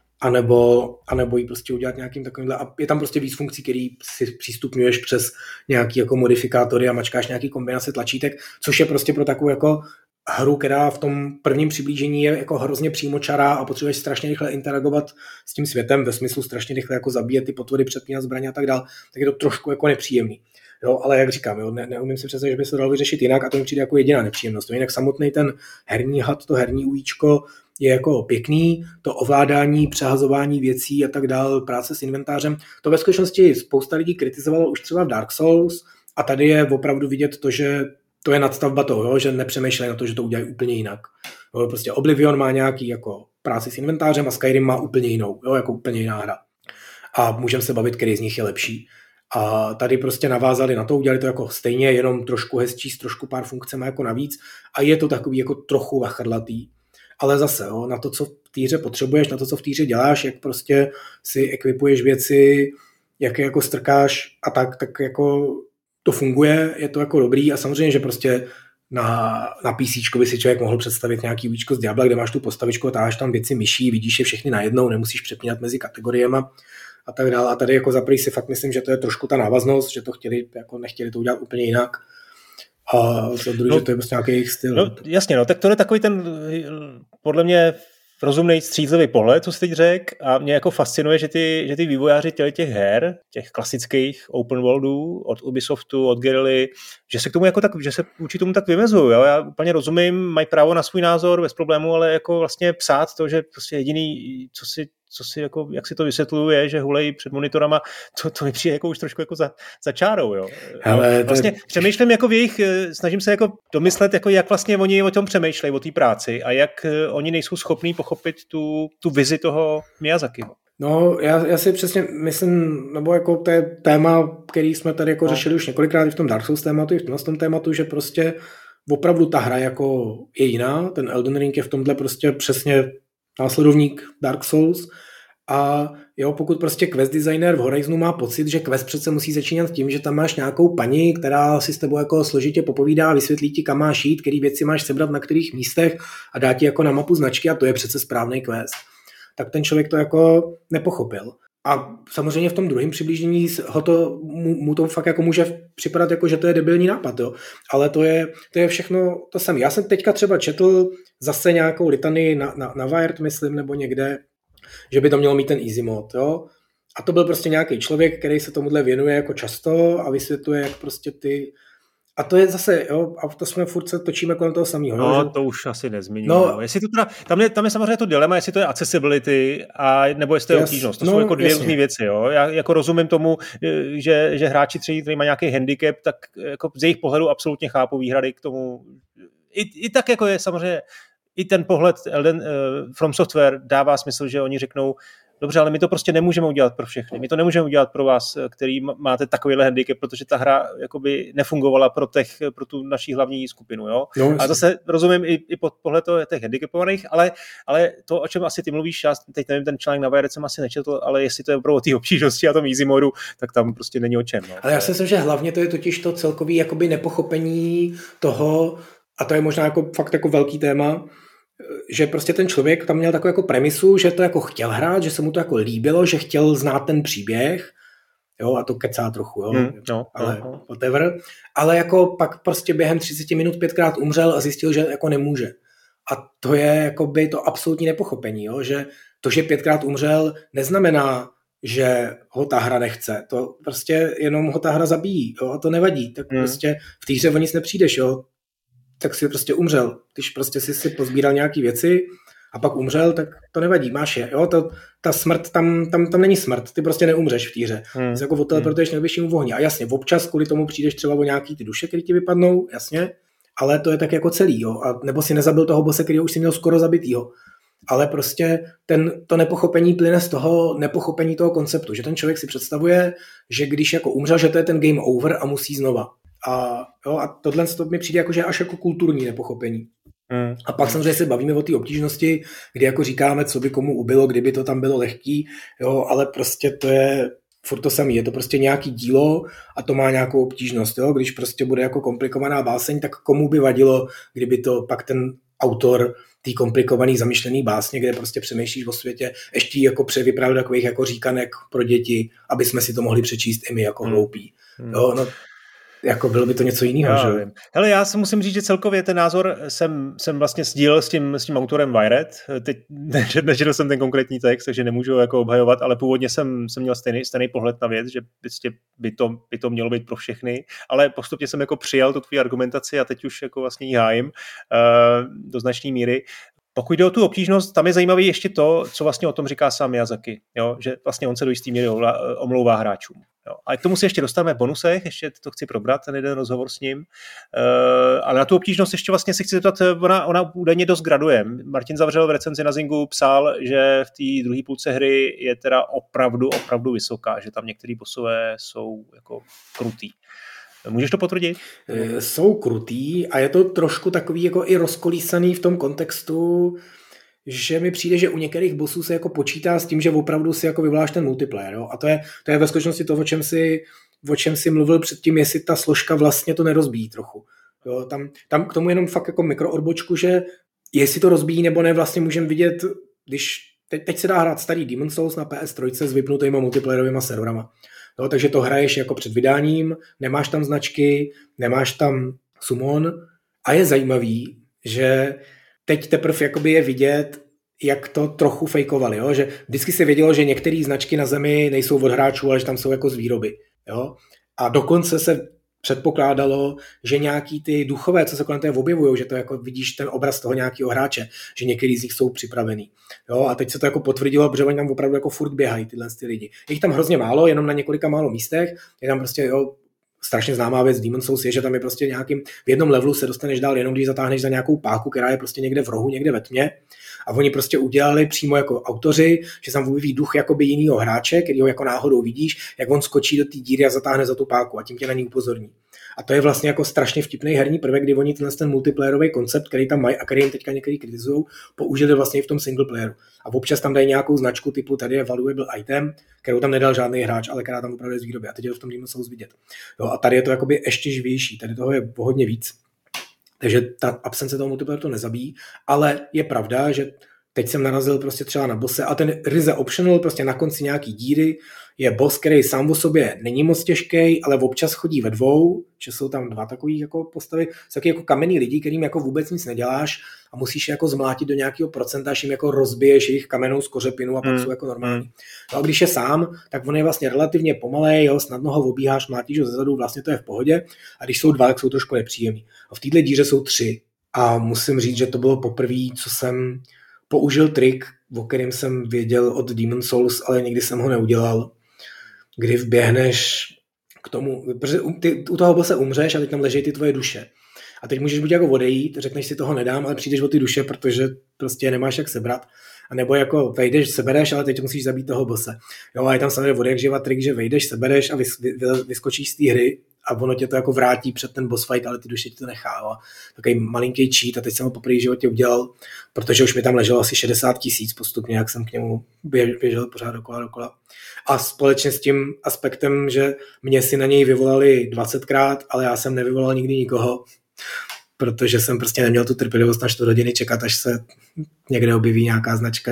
Speaker 2: anebo ji prostě udělat nějakým takovýmhle. A je tam prostě víc funkcí, který si přístupňuješ přes nějaký jako modifikátory a mačkáš nějaký kombinace tlačítek, což je prostě pro takovou jako hru, která v tom prvním přiblížení je jako hrozně přímočará a potřebuješ strašně rychle interagovat s tím světem, ve smyslu strašně rychle jako zabíjet ty potvory, předpínat zbraně a tak dál, tak je to trošku jako nepříjemný. Jo, ale jak říkám, jo, neumím si představit, že by se to dalo vyřešit jinak a to mi přijde jako jediná nepříjemnost. Jinak samotný ten herní HUD, to herní UIčko je jako pěkný, to ovládání, přehazování věcí a tak dál, práce s inventářem. To ve skutečnosti spousta lidí kritizovalo už třeba v Dark Souls a tady je opravdu vidět to, že to je nadstavba toho, jo, že nepřemýšlej na to, že to udělají úplně jinak. Jo, prostě Oblivion má nějaký jako práci s inventářem a Skyrim má úplně jinou, jo, jako úplně jiná hra. A můžeme se bavit, který z nich je lepší. A tady prostě navázali na to, udělali to jako stejně, jenom trošku hezčí, s trošku pár funkcemi jako navíc a je to takový jako trochu vachrlatý. Ale zase, jo, na to, co v té hře potřebuješ, na to, co v té hře děláš, jak prostě si ekvipuješ věci, jak je jako strkáš a tak jako to funguje, je to jako dobrý a samozřejmě, že prostě na PCčko by si člověk mohl představit nějaký UIčko z Diabla, kde máš tu postavičku a táháš tam věci myší, vidíš je všechny najednou, nemusíš přepínat mezi kategoriemi. a tak dále. A tady jako za prvý si fakt myslím, že to je trošku ta návaznost, že to nechtěli to udělat úplně jinak. A za druhý, že to je prostě nějaký jejich styl.
Speaker 1: No, jasně, no, tak to je takový ten, podle mě, rozumnej střízlivý pohled, co jsi teď řekl, a mě jako fascinuje, že ty vývojáři těch her, těch klasických open worldů od Ubisoftu, od Guerrilla, že se k tomu jako tak, že se vůči tomu tak vymezují. Jo? Já úplně rozumím, mají právo na svůj názor bez problému, ale jako vlastně psát to, že prostě jediný, co si jako, jak si to vysvětluju, je, že hulej před monitorama, to mi přijde jako už trošku jako za čárou, jo.
Speaker 2: Ale
Speaker 1: vlastně přemýšlím jako v jejich, snažím se jako domyslet, jako jak vlastně oni o tom přemýšlejí, o té práci a jak oni nejsou schopní pochopit tu vizi toho Miyazakiho.
Speaker 2: No, já si přesně myslím, nebo jako to je téma, který jsme tady jako řešili už několikrát i v tom Dark Souls tématu, i v tom tématu, že prostě opravdu ta hra jako je jiná, ten Elden Ring je v tomhle prostě přesně následovník Dark Souls a jo, pokud prostě quest designer v Horizonu má pocit, že quest přece musí začínat tím, že tam máš nějakou paní, která si s tebou jako složitě popovídá, vysvětlí ti, kam máš jít, který věci máš sebrat na kterých místech a dá ti jako na mapu značky a to je přece správný quest, tak ten člověk to jako nepochopil. A samozřejmě v tom druhém přiblížení mu to fakt jako může připadat jako, že to je debilní nápad, jo. Ale to je všechno to samé. Já jsem teďka třeba četl zase nějakou litanii na Wired, myslím, nebo někde, že by to mělo mít ten easy mod, jo. A to byl prostě nějaký člověk, který se tomuhle věnuje jako často a vysvětluje, jak prostě ty... A to je zase, jo, a to jsme furt se točíme kolem toho samého.
Speaker 1: No, že... to už asi nezmiňujeme. No, jestli to teda, tam je samozřejmě to dilema, jestli to je accessibility, nebo jestli to je obtížnost. To jsou jako dvě různé věci, jo. Já jako rozumím tomu, že hráči třeba, který mají nějaký handicap, tak jako z jejich pohledu absolutně chápu výhrady k tomu. I tak jako je samozřejmě, i ten pohled From Software dává smysl, že oni řeknou, dobře, ale my to prostě nemůžeme udělat pro všechny. My to nemůžeme udělat pro vás, který máte takovýhle handicap, protože ta hra jakoby nefungovala pro tu naší hlavní skupinu. Jo? No, a zase rozumím i pod pohled těch handicapovaných, ale to, o čem asi ty mluvíš, já teď nevím, ten článek na Wired jsem asi nečetl, ale jestli to je opravdu o té obtížnosti a tom easy modu, tak tam prostě není o čem. No.
Speaker 2: Ale já si myslím, že hlavně to je totiž to celkový jakoby nepochopení toho, a to je možná jako fakt jako velký téma, že prostě ten člověk tam měl takovou jako premisu, že to jako chtěl hrát, že se mu to jako líbilo, že chtěl znát ten příběh, jo, a to kecá trochu, jo, ale whatever, ale jako pak prostě během 30 minut 5krát umřel a zjistil, že jako nemůže. A to je jakoby to absolutní nepochopení, jo, že to, že 5krát umřel, neznamená, že ho ta hra nechce, to prostě jenom ho ta hra zabíjí, jo, a to nevadí, tak prostě v té hře o nic nepřijdeš, jo, tak si prostě umřel. Když prostě si pozbíral nějaký věci a pak umřel, tak to nevadí, máš je. Jo? Ta smrt, tam není smrt, ty prostě neumřeš v té hře. Ty jako odteleportuješ nejbližšímu ohni. A jasně, občas kvůli tomu přijdeš třeba o nějaký ty duše, které ti vypadnou, jasně, ale to je tak jako celý. Jo? A nebo si nezabil toho bose, který už si měl skoro zabitýho. Ale prostě to nepochopení plyne z toho nepochopení toho konceptu, že ten člověk si představuje, že když jako umřel, že to je ten game over a musí znova. A tohle mi přijde jako, že až jako kulturní nepochopení. A pak samozřejmě se bavíme o té obtížnosti, kdy jako říkáme, co by komu ubylo, kdyby to tam bylo lehký, jo, ale prostě to je furt to samé. Je to prostě nějaký dílo a to má nějakou obtížnost. Jo? Když prostě bude jako komplikovaná báseň, tak komu by vadilo, kdyby to pak ten autor tý komplikovaný zamýšlený básně, kde prostě přemýšlíš o světě, ještě jako převyprávět takových jako říkanek pro děti, aby jsme si to mohli přečíst i my jako hloupí. Jo, no, jako bylo by to něco jiného, že?
Speaker 1: Hele, já si musím říct, že celkově ten názor jsem vlastně sdílel s tím autorem Wired. Teď nečetl jsem ten konkrétní text, takže nemůžu jako obhajovat, ale původně jsem měl stejný pohled na věc, že by to mělo být pro všechny, ale postupně jsem jako přijal tu tvou argumentaci a teď už jako vlastně ji hájím do značné míry. Pokud jde o tu obtížnost, tam je zajímavý ještě to, co vlastně o tom říká sám Miyazaki, jo? Že vlastně on se do jistý míry omlouvá hráčům. Jo? A k tomu se ještě dostaneme v bonusech, ještě to chci probrat, ten jeden rozhovor s ním, ale na tu obtížnost ještě vlastně si chci zeptat, ona údajně dost graduje. Martin Zavřel v recenzi na Zingu psal, že v té druhé půlce hry je teda opravdu vysoká, že tam některý bossové jsou jako krutý. Můžeš to potvrdit?
Speaker 2: Jsou krutý a je to trošku takový jako i rozkolísaný v tom kontextu, že mi přijde, že u některých bossů se jako počítá s tím, že opravdu si jako vyvoláš ten multiplayer. Jo? A to je ve skutečnosti to, o čem si mluvil předtím, jestli ta složka vlastně to nerozbíjí trochu. Jo? Tam k tomu jenom fakt jako mikroodbočku, že jestli to rozbíjí nebo ne, vlastně můžeme vidět, když teď se dá hrát starý Demon's Souls na PS3 s vypnutýma multiplayerovýma serverama. Jo, takže to hraješ jako před vydáním, nemáš tam značky, nemáš tam summon a je zajímavý, že teď teprve jakoby je vidět, jak to trochu fejkovali, jo? Že vždycky se vědělo, že některé značky na zemi nejsou od hráčů, ale že tam jsou jako z výroby. Jo? A dokonce se předpokládalo, že nějaký ty duchové, co se kolem té objevují, že to jako vidíš ten obraz toho nějakého hráče, že některý z nich jsou připravený. Jo? A teď se to jako potvrdilo, protože oni tam opravdu jako furt běhají tyhle ty lidi. Je jich tam hrozně málo, jenom na několika málo místech, je tam prostě strašně známá věc Demon's Souls je, že tam je prostě nějakým, v jednom levelu se dostaneš dál, jenom když zatáhneš za nějakou páku, která je prostě někde v rohu, někde ve tmě. A oni prostě udělali přímo jako autoři, že tam objeví duch jakoby jinýho hráče, který ho jako náhodou vidíš, jak on skočí do té díry a zatáhne za tu páku a tím tě na ní upozorní. A to je vlastně jako strašně vtipný herní prvek, kdy oni ten multiplayerový koncept, který tam mají a který jim teďka některý kritizují, použili vlastně i v tom single playeru. A občas tam dají nějakou značku typu tady je valuable item, kterou tam nedal žádný hráč, ale která tam opravdu je z výroby. A teď je to v tom Demon's Souls vidět. Jo, a tady je to jakoby ještě živější, tady toho je hodně víc. Takže ta absence toho multiplayeru to nezabíjí, ale je pravda, že teď jsem narazil prostě třeba na bosse a ten ryze optional, prostě na konci nějaký díry, je boss, který sám o sobě není moc těžký, ale občas chodí ve dvou, že jsou tam dva takový jako postavy, jsou taky jako kamenný lidi, kterým jako vůbec nic neděláš a musíš jako zmlátit do nějakého procenta, až jim jako rozbiješ jejich kamennou skořepinu a pak jsou jako normální. No a když je sám, tak on je vlastně relativně pomalej, jo, snadno ho obíháš, mlátíš ho zezadu, vlastně to je v pohodě a když jsou dva, tak jsou trošku nepříjemný. A v této díře jsou 3 a musím říct, že to bylo poprvé, co jsem použil trik, o kterém jsem věděl od Demon's Souls, ale nikdy jsem ho neudělal, kdy vběhneš k tomu, protože ty u toho bosse umřeš a teď tam leží ty tvoje duše. A teď můžeš buď jako odejít, řekneš si toho nedám, ale přijdeš o ty duše, protože prostě nemáš jak sebrat. A nebo jako vejdeš, sebereš, ale teď musíš zabít toho bosse. Jo, a je tam samozřejmě odjakživa trik, že vejdeš, sebereš a vyskočíš z té hry a ono tě to jako vrátí před ten boss fight, ale ty duše ti to nechá. Jo. Takový malinký cheat a teď jsem ho poprvé v životě udělal, protože už mi tam leželo asi 60 000 postupně, jak jsem k němu běžel pořád dokola. A společně s tím aspektem, že mě si na něj vyvolali 20krát, ale já jsem nevyvolal nikdy nikoho, protože jsem prostě neměl tu trpělivost na 4 hodiny čekat, až se někde objeví nějaká značka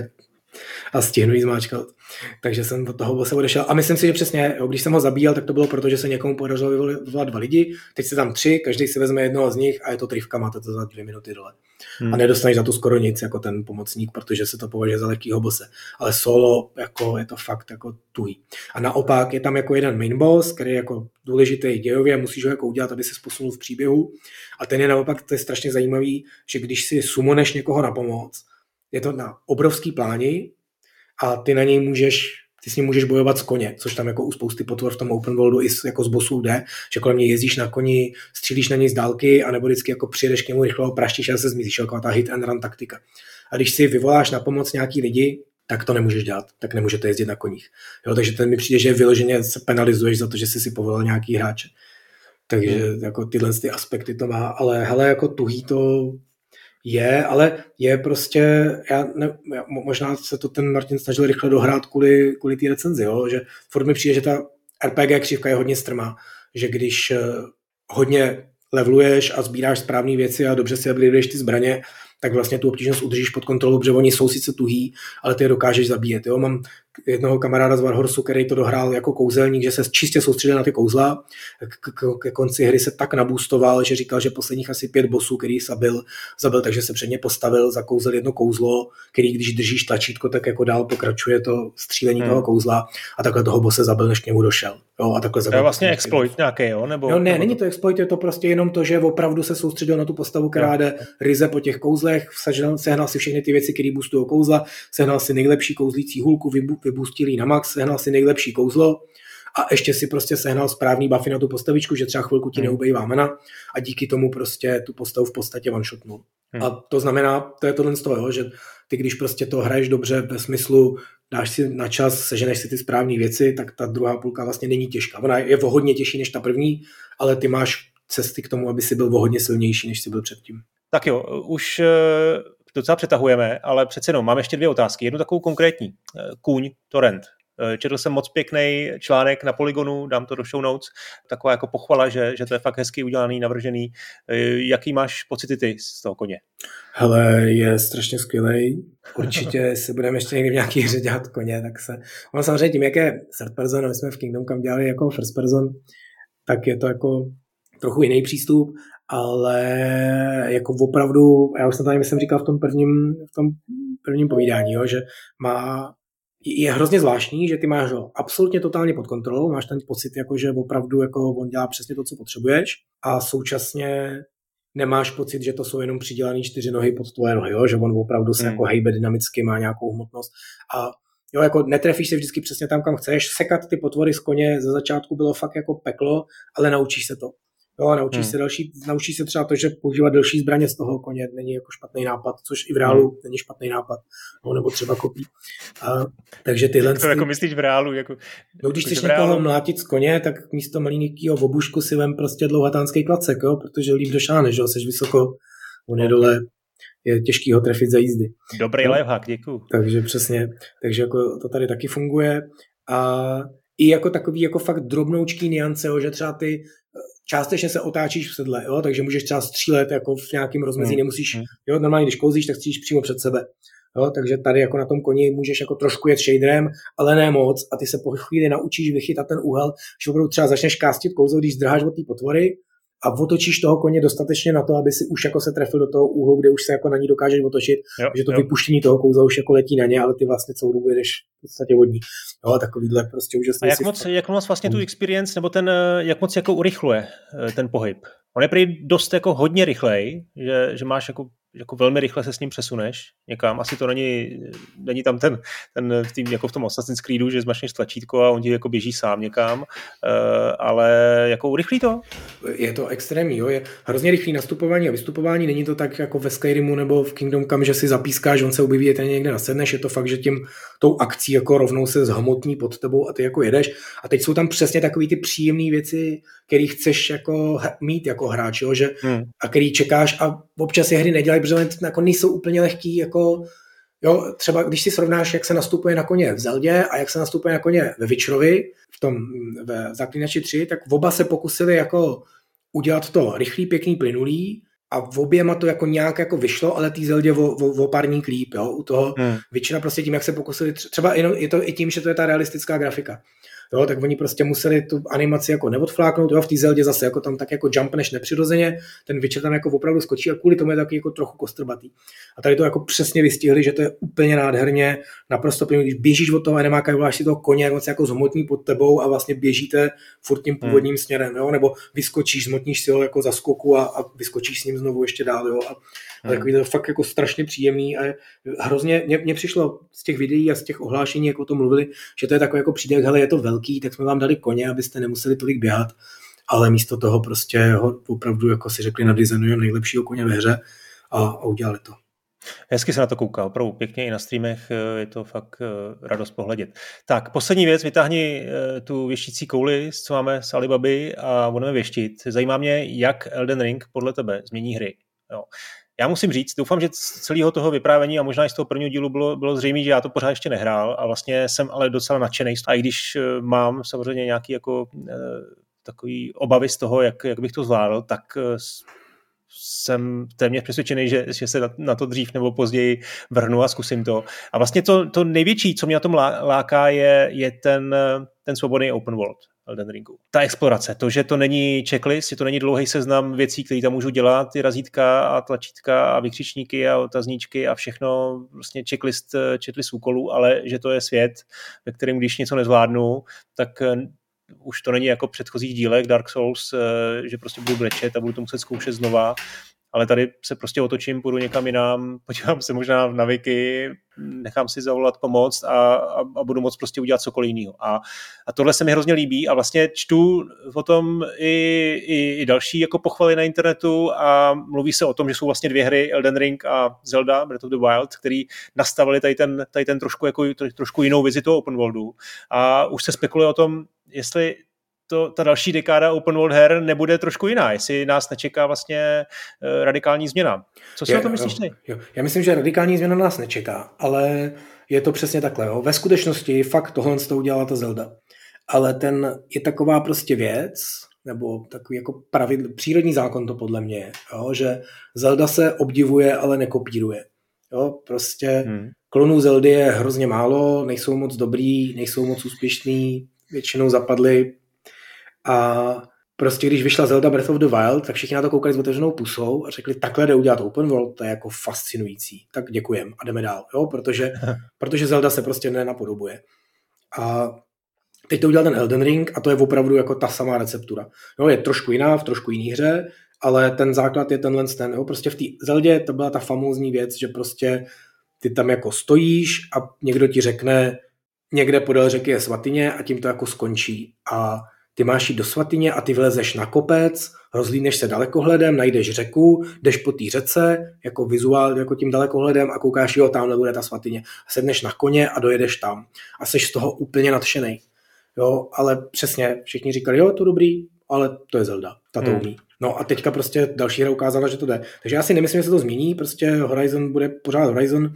Speaker 2: a stihnu jí zmáčkat. Takže jsem od toho bosse odešel. A myslím si, že přesně, když jsem ho zabíjel, tak to bylo proto, že se někomu podařilo vyvolat 2 lidi. Teď se tam 3, každý si vezme jednoho z nich a je to trivka, máte to za 2 minuty dole. A nedostaneš za to skoro nic jako ten pomocník, protože se to považuje za lehkýho bose. Ale solo jako je to fakt jako tuhý. A naopak je tam jako jeden main boss, který je jako důležitý dějově, musíš ho jako udělat, aby se posunul v příběhu. A ten je naopak, to je strašně zajímavý, že když si summoneš někoho na pomoc, je to na obrovský pláni a ty na něj ty s ním můžeš bojovat z koně, což tam jako u spousty potvor v tom open worldu i jako z bossů jde, že kolem něj jezdíš na koni, střílíš na něj z dálky a nebo vždycky jako přijedeš k němu rychle, praštíš a se zmizíš, jako ta hit and run taktika. A když si vyvoláš na pomoc nějaký lidi, tak to nemůžeš dělat, tak nemůžete jezdit na koních. Jo, takže ten mi přijde, že vyloženě se penalizuješ za to, že jsi si povolal nějaký hráče. Takže jako tyhle ty aspekty to má, ale hele, jako tuhý to je, ale je prostě, možná se to ten Martin snažil rychle dohrát kvůli té recenzi, jo? Že furt mi přijde, že ta RPG křivka je hodně strmá, že když hodně leveluješ a sbíráš správné věci a dobře si upgradeuješ ty zbraně, tak vlastně tu obtížnost udržíš pod kontrolou, protože oni jsou sice tuhý, ale ty je dokážeš zabíjet. Jo? Mám jednoho kamaráda z Warhorsu, který to dohrál jako kouzelník, že se čistě soustředil na ty kouzla. Ke konci hry se tak naboostoval, že říkal, že posledních asi 5 bossů, který zabil, takže se před ně postavil, zakouzel jedno kouzlo, který když držíš tlačítko, tak jako dál pokračuje to střílení toho kouzla a takhle toho bosse zabil, než k němu došel. Jo, a takhle zabil.
Speaker 1: To je vlastně exploit nějaký, jo? Nebo
Speaker 2: není to exploit, je to prostě jenom to, že opravdu se soustředil na tu postavu, která jde ryze po těch kouzlech, sehnal si všechny ty věci, které boostují kouzla, sehnal si nejlepší kouzlící hůlku, vyboostil na max, sehnal si nejlepší kouzlo a ještě si prostě sehnal správný buffy na tu postavičku, že třeba chvilku ti neubejvá mana a díky tomu prostě tu postavu v podstatě one-shotnul. A to znamená, to je tohle z toho, že ty když prostě to hraješ dobře ve smyslu, dáš si na čas, seženeš si ty správné věci, tak ta druhá půlka vlastně není těžká. Ona je o hodně těžší než ta první, ale ty máš cesty k tomu, aby si byl o hodně silnější, než jsi byl předtím.
Speaker 1: Tak jo, už docela přetahujeme, ale přece jenom mám ještě 2 otázky. Jednu takovou konkrétní. Kůň, torrent. Četl jsem moc pěkný článek na Polygonu, dám to do show notes, taková jako pochvala, že to je fakt hezky udělaný, navržený. Jaký máš pocity ty z toho koně?
Speaker 2: Hele, je strašně skvělej. Určitě se budeme ještě někdy v nějaký hře dělat koně, tak se... Ono samozřejmě tím, jak je third person, my jsme v Kingdom Come dělali jako first person, tak je to jako trochu jiný přístup, ale jako opravdu, já už jsem tady myslím říkal v tom prvním povídání, jo, že je hrozně zvláštní, že ty máš ho absolutně totálně pod kontrolou, máš ten pocit, jako, že opravdu jako on dělá přesně to, co potřebuješ a současně nemáš pocit, že to jsou jenom přidělané 4 nohy pod tvoje nohy, jo? Že on opravdu se jako hejbe dynamicky, má nějakou hmotnost a jo, jako netrefíš se vždycky přesně tam, kam chceš. Sekat ty potvory z koně ze začátku bylo fakt jako peklo, ale naučíš se to. Jo, naučíš se třeba to, že používat delší zbraně z toho koně není jako špatný nápad, což i v reálu není špatný nápad, no, nebo třeba kopí. Takže tyhle...
Speaker 1: To jako myslíš v reálu? Jako,
Speaker 2: no, když chceš někoho mlátit z koně, tak místo malinkýho obušku si vem prostě dlouhatánský klacek, jo, protože líp došáneš, že jo, seš vysoko, on je dole, je těžký ho trefit za jízdy.
Speaker 1: Dobrý lifehack, děkuju.
Speaker 2: Takže přesně, takže jako to tady taky funguje a i jako takový jako fakt drobnoučký niance, jo, že třeba ty částečně se otáčíš v sedle, jo, takže můžeš třeba střílet jako v nějakém rozmezí, nemusíš, jo, normálně když kouzíš, tak střílíš přímo před sebe, jo, takže tady jako na tom koni můžeš jako trošku jet shaderem, ale ne moc a ty se po chvíli naučíš vychytat ten úhel, že opravdu třeba začneš kástit kouzlo, když zdrháš od té potvory a otočíš toho koně dostatečně na to, aby si už jako se trefil do toho úhlu, kde už se jako na ní dokážeš otočit, že to vypuštění toho kouzla už jako letí na ně, ale ty vlastně celou dobu jedeš v podstatě od ní. Jo, takovýhle prostě úžasný.
Speaker 1: A jak moc vlastně tu experience, nebo jak moc jako urychluje ten pohyb? On je prý dost jako hodně rychlej, že máš jako velmi rychle se s ním přesuneš někam. Asi to není tam ten tým jako v tom Assassin's Creedu, že zmačneš tlačítko a on ti jako běží sám někam, ale jako urychlí to?
Speaker 2: Je to extrémní, jo, je hrozně rychlý nastupování a vystupování, není to tak jako ve Skyrimu nebo v Kingdom Come, že si zapískáš, on se objeví, ten někde nasedneš, je to fakt, že tou akcí jako rovnou se zhmotní pod tebou a ty jako jedeš a teď jsou tam přesně takový ty příjemné věci, který chceš jako mít jako hráč, jo, že a který čekáš a občas je hry nedělají, protože jako nejsou úplně lehký, jako jo, třeba když si srovnáš, jak se nastupuje na koně v Zeldě a jak se nastupuje na koně ve Witcherovi, v Zaklínači 3, tak oba se pokusili jako udělat to rychlý, pěkný, plynulý a v oběma to jako nějak jako vyšlo, ale tý Zeldě o párník líp, jo, u toho Witchera prostě tím, jak se pokusili, třeba jenom je to i tím, že to je ta realistická grafika. Jo, tak oni prostě museli tu animaci jako neodfláknout, jo, v té Zeldě zase jako tam tak jako jumpneš nepřirozeně, ten Witcher tam jako opravdu skočí a kvůli tomu je taky jako trochu kostrbatý. A tady to jako přesně vystihli, že to je úplně nádherně, naprosto plně, když běžíš od toho animáka, voláš si toho koně, on se jako zhmotní pod tebou a vlastně běžíte furt tím původním směrem, jo, nebo vyskočíš, zmotníš si ho jako za skoku a vyskočíš s ním znovu ještě dál, jo, a takový to fakt jako strašně příjemný a hrozně mě přišlo z těch videí a z těch ohlášení, jak o tom mluvili, že to je takový jako přídek, hele, je to velký, tak jsme vám dali koně, abyste nemuseli tolik běhat, ale místo toho prostě ho opravdu, jako si řekli, nadizajnujeme nejlepšího koně ve hře a udělali to.
Speaker 1: Hezky se na to kouká, opravdu pěkně i na streamech, je to fakt radost pohledět. Tak, poslední věc, vytáhni tu věštící kouli, co máme z Alibaby a budeme věštit. Zajímá mě, jak Elden Ring podle tebe změní hry. Jo. Já musím říct, doufám, že z celého toho vyprávění a možná i z toho prvního dílu bylo zřejmé, že já to pořád ještě nehrál a vlastně jsem ale docela nadšený. A i když mám samozřejmě nějaký jako takový obavy z toho, jak bych to zvládl, tak jsem téměř přesvědčený, že se na to dřív nebo později vrhnu a zkusím to. A vlastně to největší, co mě na tom láká, je ten svobodný open world Elden Ringu. Ta explorace, to, že to není checklist, že to není dlouhý seznam věcí, které tam můžu dělat, ty razítka a tlačítka a vykřičníky a otazníčky a všechno, vlastně checklist úkolů, ale že to je svět, ve kterém když něco nezvládnu, tak už to není jako předchozích dílech Dark Souls, že prostě budu brečet a budu to muset zkoušet znova, ale tady se prostě otočím, půjdu někam jinam, podívám se možná na wiki, nechám si zavolat pomoc a budu moct prostě udělat cokoliv jiného. A tohle se mi hrozně líbí a vlastně čtu o tom i další jako pochvaly na internetu a mluví se o tom, že jsou vlastně 2 hry, Elden Ring a Zelda Breath of the Wild, který nastavili tady ten trošku jinou vizi toho open worldu. A už se spekuluje o tom, jestli ta další dekáda open world her nebude trošku jiná, jestli nás nečeká vlastně radikální změna. Co si o tom myslíš ty?
Speaker 2: Jo. Já myslím, že radikální změna nás nečeká, ale je to přesně takhle. Jo. Ve skutečnosti fakt tohle z toho udělala ta Zelda. Ale ten je taková prostě věc, nebo takový jako přírodní zákon to podle mě je, jo, že Zelda se obdivuje, ale nekopíruje. Jo, prostě klonů Zeldy je hrozně málo, nejsou moc dobrý, nejsou moc úspěšný, většinou zapadly a prostě když vyšla Zelda Breath of the Wild, tak všichni na to koukali s otevřenou pusou a řekli, takhle jde udělat open world, to je jako fascinující, tak děkujem a jdeme dál, jo, protože Zelda se prostě nenapodobuje. A teď to udělal ten Elden Ring a to je opravdu jako ta samá receptura. Jo, je trošku jiná, v trošku jiný hře, ale ten základ je tenhle ten. Jo, prostě v té Zeldě to byla ta famózní věc, že prostě ty tam jako stojíš a někdo ti řekne, někde podél řeky je svatyně a tím to jako skončí. A ty máš jít do svatyně a ty vlezeš na kopec, rozhlídneš se dalekohledem, najdeš řeku, jdeš po té řece, jako vizuál, jako tím dalekohledem a koukáš, jo, tamhle bude ta svatyně. Sedneš na koně a dojedeš tam. A seš z toho úplně nadšenej. Jo, ale přesně, všichni říkali, jo, to dobrý, ale to je Zelda, ta to umí. No a teďka prostě další hra ukázala, že to jde. Takže já si nemyslím, že se to změní, prostě Horizon bude pořád Horizon,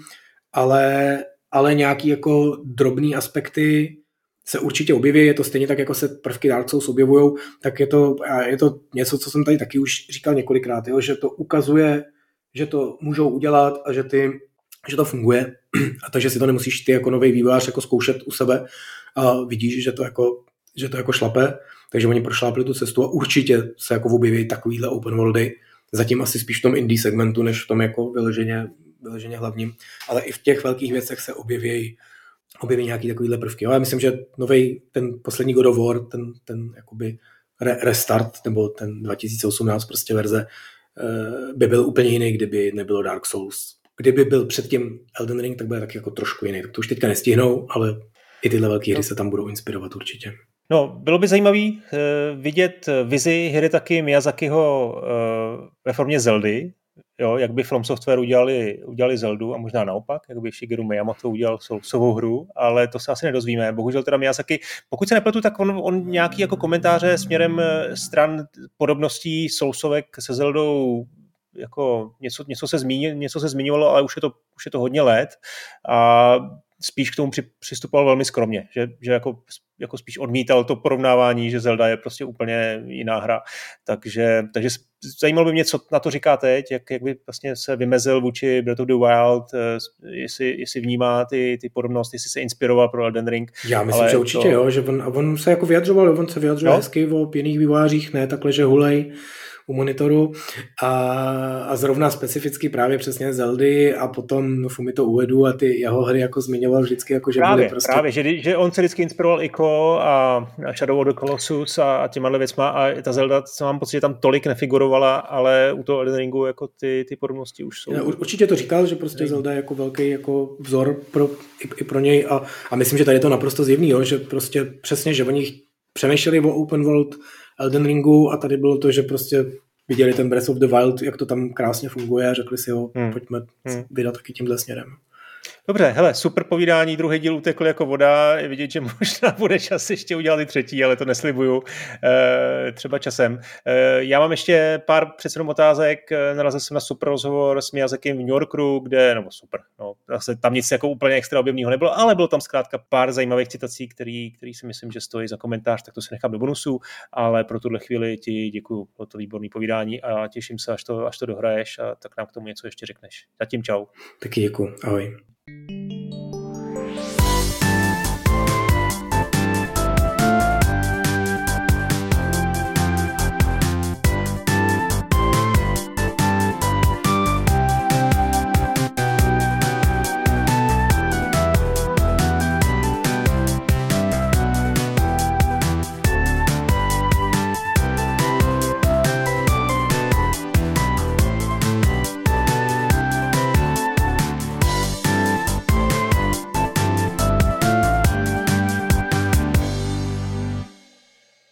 Speaker 2: ale nějaký jako drobný aspekty se určitě objeví, je to stejně tak, jako se prvky Dark Souls objevujou, tak je to něco, co jsem tady taky už říkal několikrát, jo, že to ukazuje, že to můžou udělat a že to funguje, a takže si to nemusíš ty jako nový vývojář jako zkoušet u sebe a vidíš, že to jako šlape, takže oni prošlápli tu cestu a určitě se jako objeví takovýhle open worldy, zatím asi spíš v tom indie segmentu, než v tom jako vyloženě hlavním, ale i v těch velkých věcech se objeví nějaký takovýhle prvky. Jo, já myslím, že ten poslední God of War, ten jakoby restart, nebo ten 2018 prostě verze, by byl úplně jiný, kdyby nebylo Dark Souls. Kdyby byl předtím Elden Ring, tak bude taky jako trošku jiný. Tak to už teďka nestihnou, ale i tyhle velké hry se tam budou inspirovat určitě.
Speaker 1: No, bylo by zajímavé vidět vizi Hidetaki Miyazakiho ve formě Zeldy, jo, jak by From Software udělali Zeldu a možná naopak, jak by Shigeru Miyamoto udělal Soulsovou hru, ale to se asi nedozvíme. Bohužel teda Miyazaki, pokud se nepletu, tak on nějaký jako komentáře směrem stran podobností Soulsovek se Zeldou jako něco se zmiňovalo, ale už je to hodně let a spíš k tomu přistupoval velmi skromně, že jako spíš odmítal to porovnávání, že Zelda je prostě úplně jiná hra. Takže zajímalo by mě, co na to říká teď, jak by vlastně se vymezil vůči Breath of the Wild, jestli vnímá ty podobnosti, jestli se inspiroval pro Elden Ring.
Speaker 2: Já myslím, že určitě jo, že on se jako vyjadřoval, on se vyjadřoval hezky o jiných vývojářích, ne takhle, že hulej u monitoru a zrovna specificky právě přesně Zeldy a potom Fumito Uedu a ty jeho hry jako zmiňoval vždycky, jako že
Speaker 1: právě,
Speaker 2: bude prostě...
Speaker 1: Právě, že on se vždycky inspiroval Ico a Shadow of the Colossus a těma věcma a ta Zelda, co mám pocit, že tam tolik nefigurovala, ale u toho Elden Ringu jako ty podobnosti už jsou.
Speaker 2: Určitě to říkal, že prostě Zelda je jako velký jako vzor i pro něj a myslím, že tady je to naprosto zjevný, jo, že prostě přesně, že oni přemýšleli o open world Elden Ringu a tady bylo to, že prostě viděli ten Breath of the Wild, jak to tam krásně funguje a řekli si, jo, pojďme vydat taky tímhle směrem.
Speaker 1: Dobře, hele, super povídání, druhý díl utekl jako voda, je vidět, že možná bude čas ještě udělat i třetí, ale to neslibuju, třeba časem. Já mám ještě pár přece otázek, narazil jsem na super rozhovor s Miyazakim v New Yorku, zase tam nic jako úplně extra objemného nebylo, ale bylo tam zkrátka pár zajímavých citací, který si myslím, že stojí za komentář, tak to si nechám do bonusu, ale pro tuhle chvíli ti děkuju, bylo to výborný povídání a těším se, až to dohraješ a tak nám k tomu něco ještě řekneš. Zatím čau.
Speaker 2: Taky děkuju, ahoj.